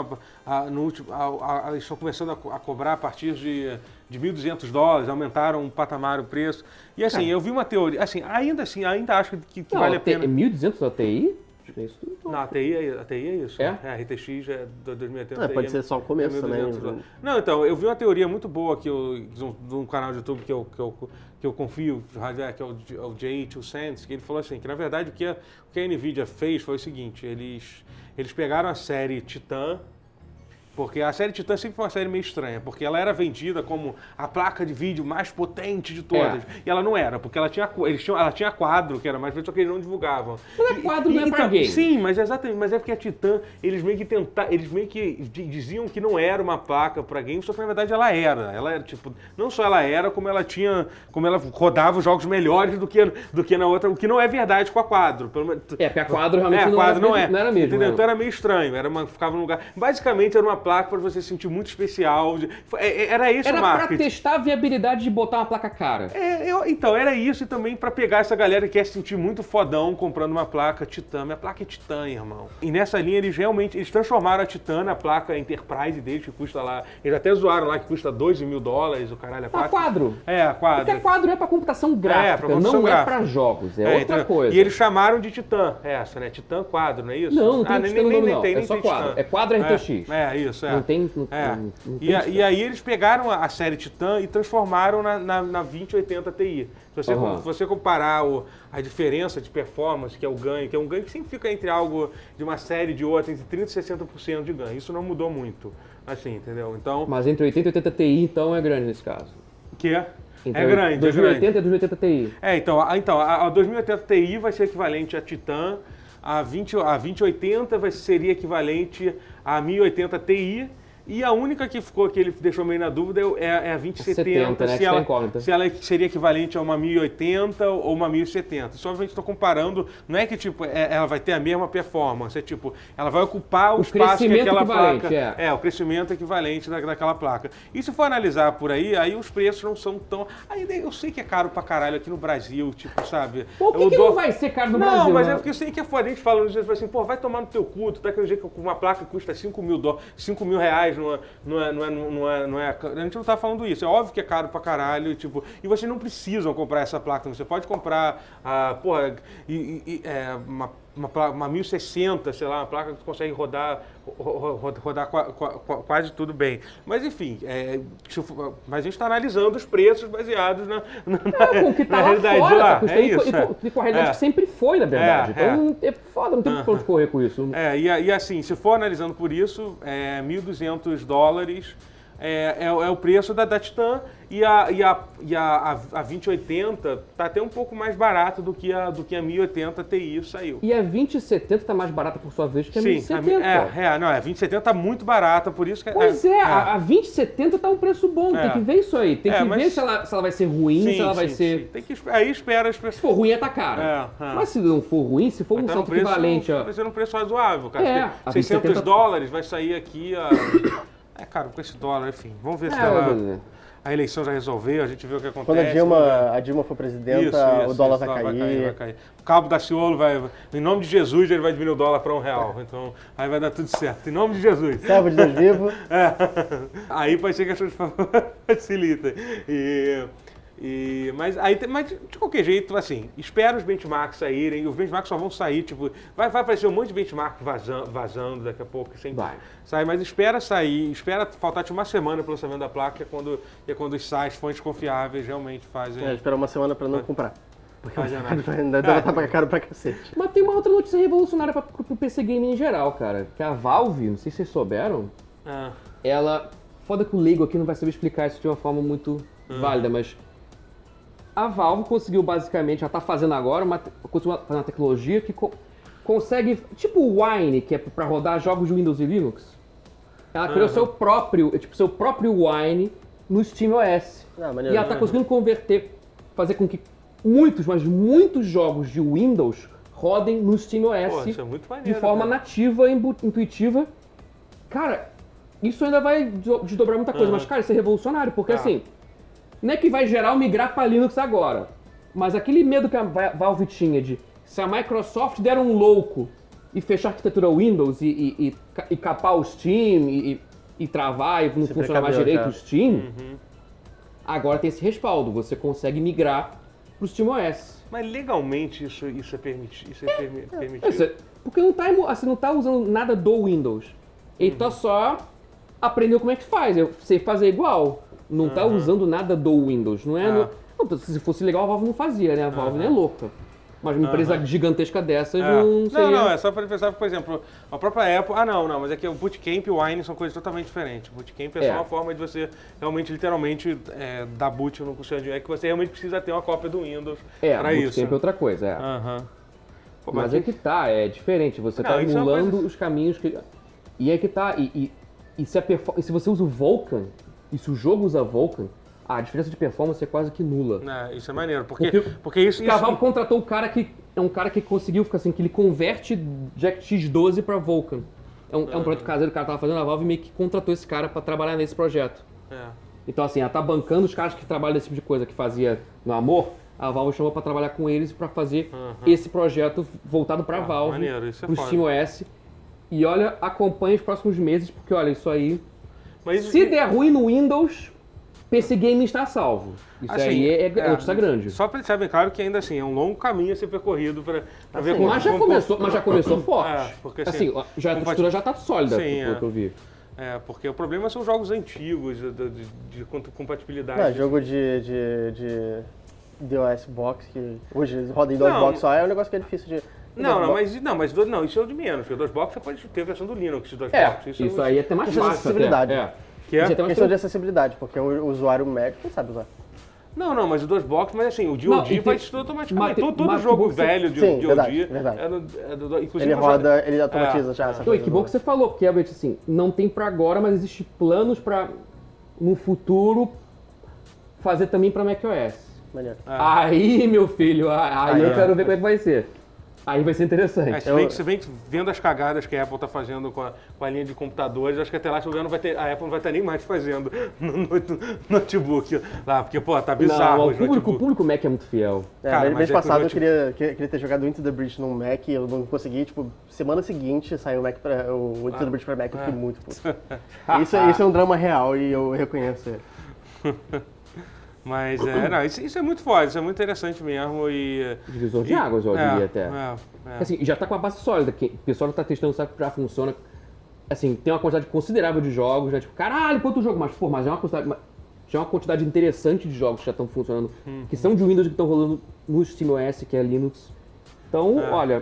eles estão começando a cobrar a partir de $1.200, aumentaram um patamar o preço. E assim, eu vi uma teoria, ainda acho que vale a pena. É 1.200 a TI? É isso tudo? Não, a TI é isso. É? A RTX é 2080. Pode ser só o começo também. Não, então, eu vi uma teoria muito boa de um canal de YouTube que eu confio, que é o J2Sense, que ele falou assim, que na verdade o que a Nvidia fez foi o seguinte, eles pegaram a série Titan, porque a série Titan sempre foi uma série meio estranha, porque ela era vendida como a placa de vídeo mais potente de todas. E ela não era, porque ela tinha quadro, que era mais potente, só que eles não divulgavam. Mas quadro não é pra game. Sim, mas exatamente, mas é porque a Titan, eles meio que diziam que não era uma placa pra game, só que na verdade ela era. Ela era, tipo, não só ela era, como ela rodava os jogos melhores do que na outra, o que não é verdade com a quadro. Porque a quadro realmente não era mesmo. Entendeu? Então era meio estranho, ficava num lugar... Basicamente era uma placa para você se sentir muito especial. Era esse o marketing. Era pra testar a viabilidade de botar uma placa cara. Então, era isso e também para pegar essa galera que quer se sentir muito fodão comprando uma placa Titan. Minha placa é Titan, irmão. E nessa linha eles transformaram a Titan na placa Enterprise deles, que custa lá... Eles até zoaram lá que custa $2.000, o caralho. A quadro. A quadro. Porque a quadro é pra computação gráfica, não é pra jogos. É outra coisa. E eles chamaram de Titan, essa, né? Titan quadro, não é isso? Não tem Titan não. É só quadro. É quadro RTX. Isso. Não tem... E aí eles pegaram a série Titan e transformaram na 2080 Ti. Se você comparar a diferença de performance, que é um ganho que sempre fica entre algo de uma série de outra, entre 30% e 60% de ganho. Isso não mudou muito, assim, entendeu? Então, mas entre 80 e 80 Ti, então, é grande nesse caso. Que é? Então, é grande. 2080 e 2080 Ti. Então, a 2080 Ti vai ser equivalente a Titan, a 2080 seria equivalente a 1080 Ti, e a única que ele deixou meio na dúvida é a 2070, né, se ela seria equivalente a uma 1080 ou uma 1070. Só a gente está comparando, não é que tipo, ela vai ter a mesma performance, é tipo, ela vai ocupar o espaço que aquela placa... o crescimento equivalente daquela placa. E se for analisar por aí os preços não são tão... Ainda eu sei que é caro pra caralho aqui no Brasil, tipo, sabe? Por que não vai ser caro no Brasil? Não, mas é porque eu sei que é foda, a gente falando isso, assim, vai tomar no teu cu, tu tá querendo dizer que uma placa custa $5.000 reais, não é. A gente não tá falando isso. É óbvio que é caro pra caralho, tipo, e vocês não precisam comprar essa placa. Você pode comprar, uma 1060, sei lá, uma placa que consegue rodar quase tudo bem. Mas enfim, mas a gente está analisando os preços baseados na com o que tá lá realidade fora, de lá. Tá e com a realidade que sempre foi, na verdade. Então é foda, não tem pra onde correr com isso. E assim, se for analisando por isso, $1.200 é o preço da Titan e a 2080 tá até um pouco mais barata do que a 1080 Ti saiu. E a 2070 tá mais barata por sua vez que a Sim, 1070. a 2070 tá muito barata, por isso que... Pois a 2070 tá um preço bom, tem que ver isso aí. Tem que ver se ela vai ser ruim, se ela vai ser... Sim. Tem que, aí espera as pessoas... Se for ruim, tá caro. Mas se não for ruim, se for um salto equivalente... Vai ser um preço razoável, cara. $600 vai sair aqui a... Cara, com esse dólar, enfim, vamos ver se a eleição já resolveu, a gente vê o que acontece. Quando a Dilma for presidenta, o dólar vai cair. O Cabo Daciolo em nome de Jesus, ele vai diminuir o dólar para R$1. Então, aí vai dar tudo certo. Em nome de Jesus. Servo de Deus vivo. Aí pode ser que a coisa facilita. Mas de qualquer jeito, assim, espera os benchmarks saírem, os benchmarks só vão sair, tipo, vai aparecer um monte de benchmark vazando daqui a pouco, sem sair, mas espera sair, espera faltar tipo uma semana para o lançamento da placa, é quando os sites, fontes confiáveis realmente fazem... Espera uma semana para não comprar. Porque ainda tá caro pra cacete. Mas tem uma outra notícia revolucionária pro PC Game em geral, cara, que a Valve, não sei se vocês souberam, ela... Foda que o leigo aqui não vai saber explicar isso de uma forma muito válida, mas... A Valve conseguiu basicamente, já está fazendo agora, uma tecnologia que consegue, tipo o Wine, que é para rodar jogos de Windows e Linux. Ela criou seu próprio Wine no SteamOS. E ela está conseguindo fazer com que muitos jogos de Windows rodem no SteamOS de forma nativa e intuitiva. Cara, isso ainda vai desdobrar muita coisa, mas cara, isso é revolucionário, porque assim... Não é que vai geral migrar para Linux agora, mas aquele medo que a Valve tinha de se a Microsoft der um louco e fechar a arquitetura Windows e capar o Steam e travar e não funcionar mais direito o Steam, agora tem esse respaldo, você consegue migrar para o SteamOS. Mas legalmente isso é permitido? Porque não tá usando nada do Windows, ele tá só aprendeu como é que faz, eu sei fazer igual. Não tá usando nada do Windows, não é? Se fosse legal, a Valve não fazia, né? A Valve não é louca. Mas uma empresa gigantesca dessas não seria... Não, é só para pensar, por exemplo, a própria Apple... mas é que o Bootcamp e o Wine são coisas totalmente diferentes. O Bootcamp é só uma forma de você realmente, literalmente, dar boot no custódio. É que você realmente precisa ter uma cópia do Windows para isso. Bootcamp é outra coisa, mas é que tá, é diferente. Você tá emulando os caminhos que... E é que tá... E se você usa o Vulkan... E se o jogo usa Vulkan, a diferença de performance é quase que nula. Isso é maneiro, porque isso... A Valve contratou um cara que conseguiu, assim, que ele converte DirectX 12 para Vulkan. É um projeto caseiro que o cara tava fazendo, a Valve meio que contratou esse cara para trabalhar nesse projeto. Então assim, ela tá bancando os caras que trabalham desse tipo de coisa que fazia no Amor, a Valve chamou para trabalhar com eles para fazer esse projeto voltado para a Valve, maneiro, isso é pro SteamOS. E olha, acompanha os próximos meses, porque olha, isso aí... Mas, se der ruim no Windows, PC Game está salvo. Isso assim, aí é notícia grande. Só para deixar bem claro que ainda assim, é um longo caminho a ser percorrido para ver como... Mas já começou forte. Porque, a textura já está sólida, pelo que eu vi. Porque o problema são jogos antigos, de compatibilidade. Jogo de DOS Box, que hoje roda em DOS Box só, é um negócio que é difícil de... Não, isso é o de menos. O DOSBox você pode ter a versão do Linux de DOSBox. Isso aí é ter mais fácil. Acessibilidade. Questão de acessibilidade, porque o usuário médio não sabe usar. Não, mas o DOSBox, mas assim, o DOD faz isso automaticamente. Todo jogo velho de DOD... Verdade. Ele roda, ele automatiza já. Que bom que você falou, porque realmente assim, não tem pra agora, mas existe planos pra, no futuro, fazer também pra macOS. Aí, meu filho, aí eu quero ver como é que vai ser. Aí vai ser interessante. Se bem que vendo as cagadas que a Apple está fazendo com a linha de computadores, acho que até lá a Apple não vai estar nem mais fazendo no notebook lá, porque, tá bizarro. O público Mac é muito fiel. Mês passado eu queria ter jogado Into the Breach no Mac, eu não consegui, semana seguinte saiu o Into the Breach para Mac, eu fiquei muito puto. Isso é um drama real e eu reconheço ele. Mas, não, isso é muito foda, isso é muito interessante mesmo e... Divisor de águas, eu diria até. É. Assim, já tá com a base sólida, que o pessoal tá testando, sabe que já funciona. Assim, tem uma quantidade considerável de jogos, né? Tipo, caralho, quanto jogo? Mas, pô, mas já é uma quantidade interessante de jogos que já estão funcionando, que são de Windows, que estão rolando no SteamOS, que é Linux. Então, olha,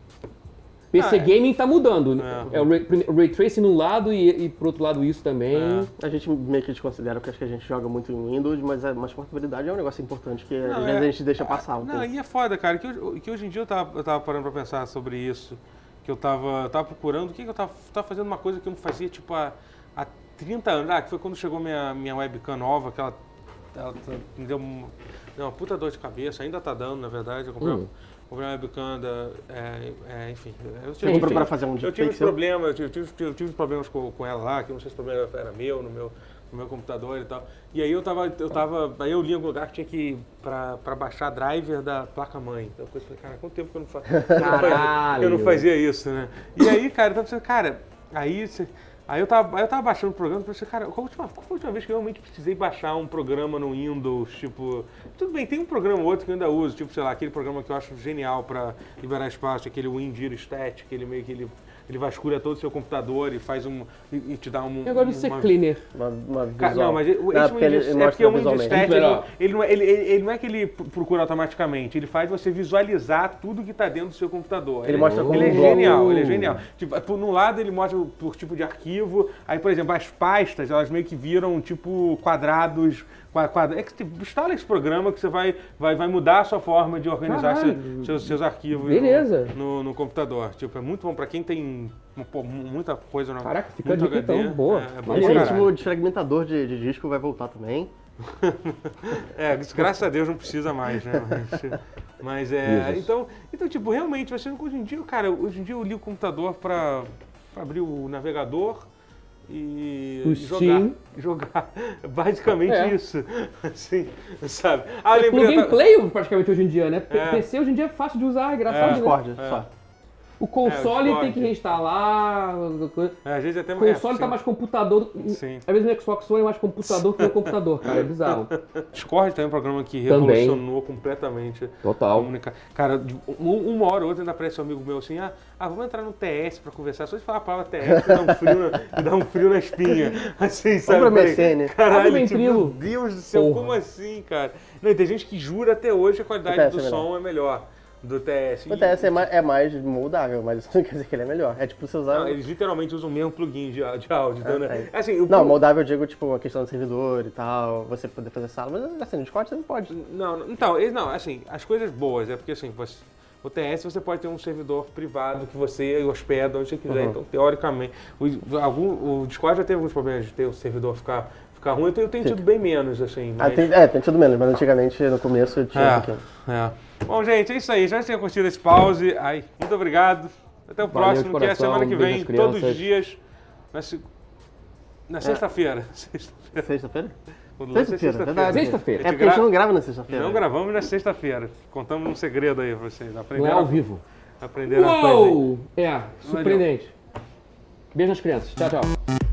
PC Gaming tá mudando. É o Ray Tracing num lado e pro outro lado isso também. A gente meio que desconsidera, porque acho que a gente joga muito em Windows, mas a portabilidade é um negócio importante que às vezes a gente deixa passar um pouco. Não, e é foda, cara, que hoje em dia eu tava parando pra pensar sobre isso, que eu tava procurando, eu tava fazendo uma coisa que eu não fazia, tipo, há 30 anos, que foi quando chegou minha webcam nova, que ela me deu uma puta dor de cabeça, ainda tá dando, na verdade, eu comprei uma webcam enfim. Você comprou para fazer um deepfake? Eu tive problemas com ela lá, que eu não sei se o problema era meu, no meu computador e tal. E aí aí eu li em algum lugar que tinha que ir pra baixar driver da placa-mãe. Então eu falei, cara, quanto tempo que eu não fazia isso, né? E aí, cara, eu tava pensando, cara, aí eu tava baixando o programa e pensei, cara, qual foi a última vez que eu realmente precisei baixar um programa no Windows, tipo... Tudo bem, tem um programa ou outro que eu ainda uso, tipo, sei lá, aquele programa que eu acho genial pra liberar espaço, aquele WinGearStat, que ele meio que ele vasculha todo o seu computador e faz e te dá um... Eu gosto de ser cleaner. Uma visual. Não, mas porque o WinGearStat, ele não é que ele procura automaticamente, ele faz você visualizar tudo que está dentro do seu computador. Ele mostra como ele é genial. Tipo, no lado ele mostra por tipo de arquivo, aí, por exemplo, as pastas, elas meio que viram, tipo, quadrados. É que instala esse programa que você vai mudar a sua forma de organizar seus arquivos no computador. Tipo, é muito bom para quem tem muita coisa no Caraca, fica a dica então, boa. O desfragmentador de disco vai voltar também. Graças a Deus não precisa mais, né? Mas então, tipo, realmente, hoje em dia eu li o computador para abrir o navegador e jogar. Basicamente isso. Assim, sabe? Plug and play praticamente hoje em dia, né? PC hoje em dia é fácil de usar, é engraçado. Discord, só. O console tem que reinstalar. Às vezes até o console tá mais computador. Sim. Às vezes o Xbox One é mais computador que o computador, cara. É bizarro. Discord também é um programa que revolucionou completamente. Total. Cara, uma hora ou outra ainda aparece um amigo meu assim, vamos entrar no TS pra conversar. Só de falar a palavra TS me dá um frio na espinha. Assim, sabe? Vamos pra MSN. Caralho, tipo, meu Deus do céu, como assim, cara? Não, e tem gente que jura até hoje que a qualidade do som é melhor. Do TS. O TS é mais moldável, mas isso não quer dizer que ele é melhor. É tipo você usar... Não, eles literalmente usam o mesmo plugin de áudio. Assim, moldável eu digo, tipo, a questão do servidor e tal, você poder fazer sala, mas assim, no Discord você não pode. Não, assim, as coisas boas, é porque assim, o TS você pode ter um servidor privado que você hospeda onde você quiser, então teoricamente, o Discord já teve alguns problemas de ter o servidor ficar ruim, eu tenho tido bem menos, assim. Mas... tem tido menos, mas antigamente, no começo, eu tinha um pouquinho. Bom, gente, é isso aí. Já tenha curtido esse pause. Muito obrigado. Até o próximo, que é a semana que vem, todos os dias, na sexta-feira. Sexta-feira? Sexta-feira, verdade. Sexta-feira. É porque a gente não grava na sexta-feira. Não gravamos na sexta-feira. Contamos um segredo aí pra vocês. Não é ao vivo. Aprenderam a coisa aí. Surpreendente. Beijo nas crianças. Tchau, tchau.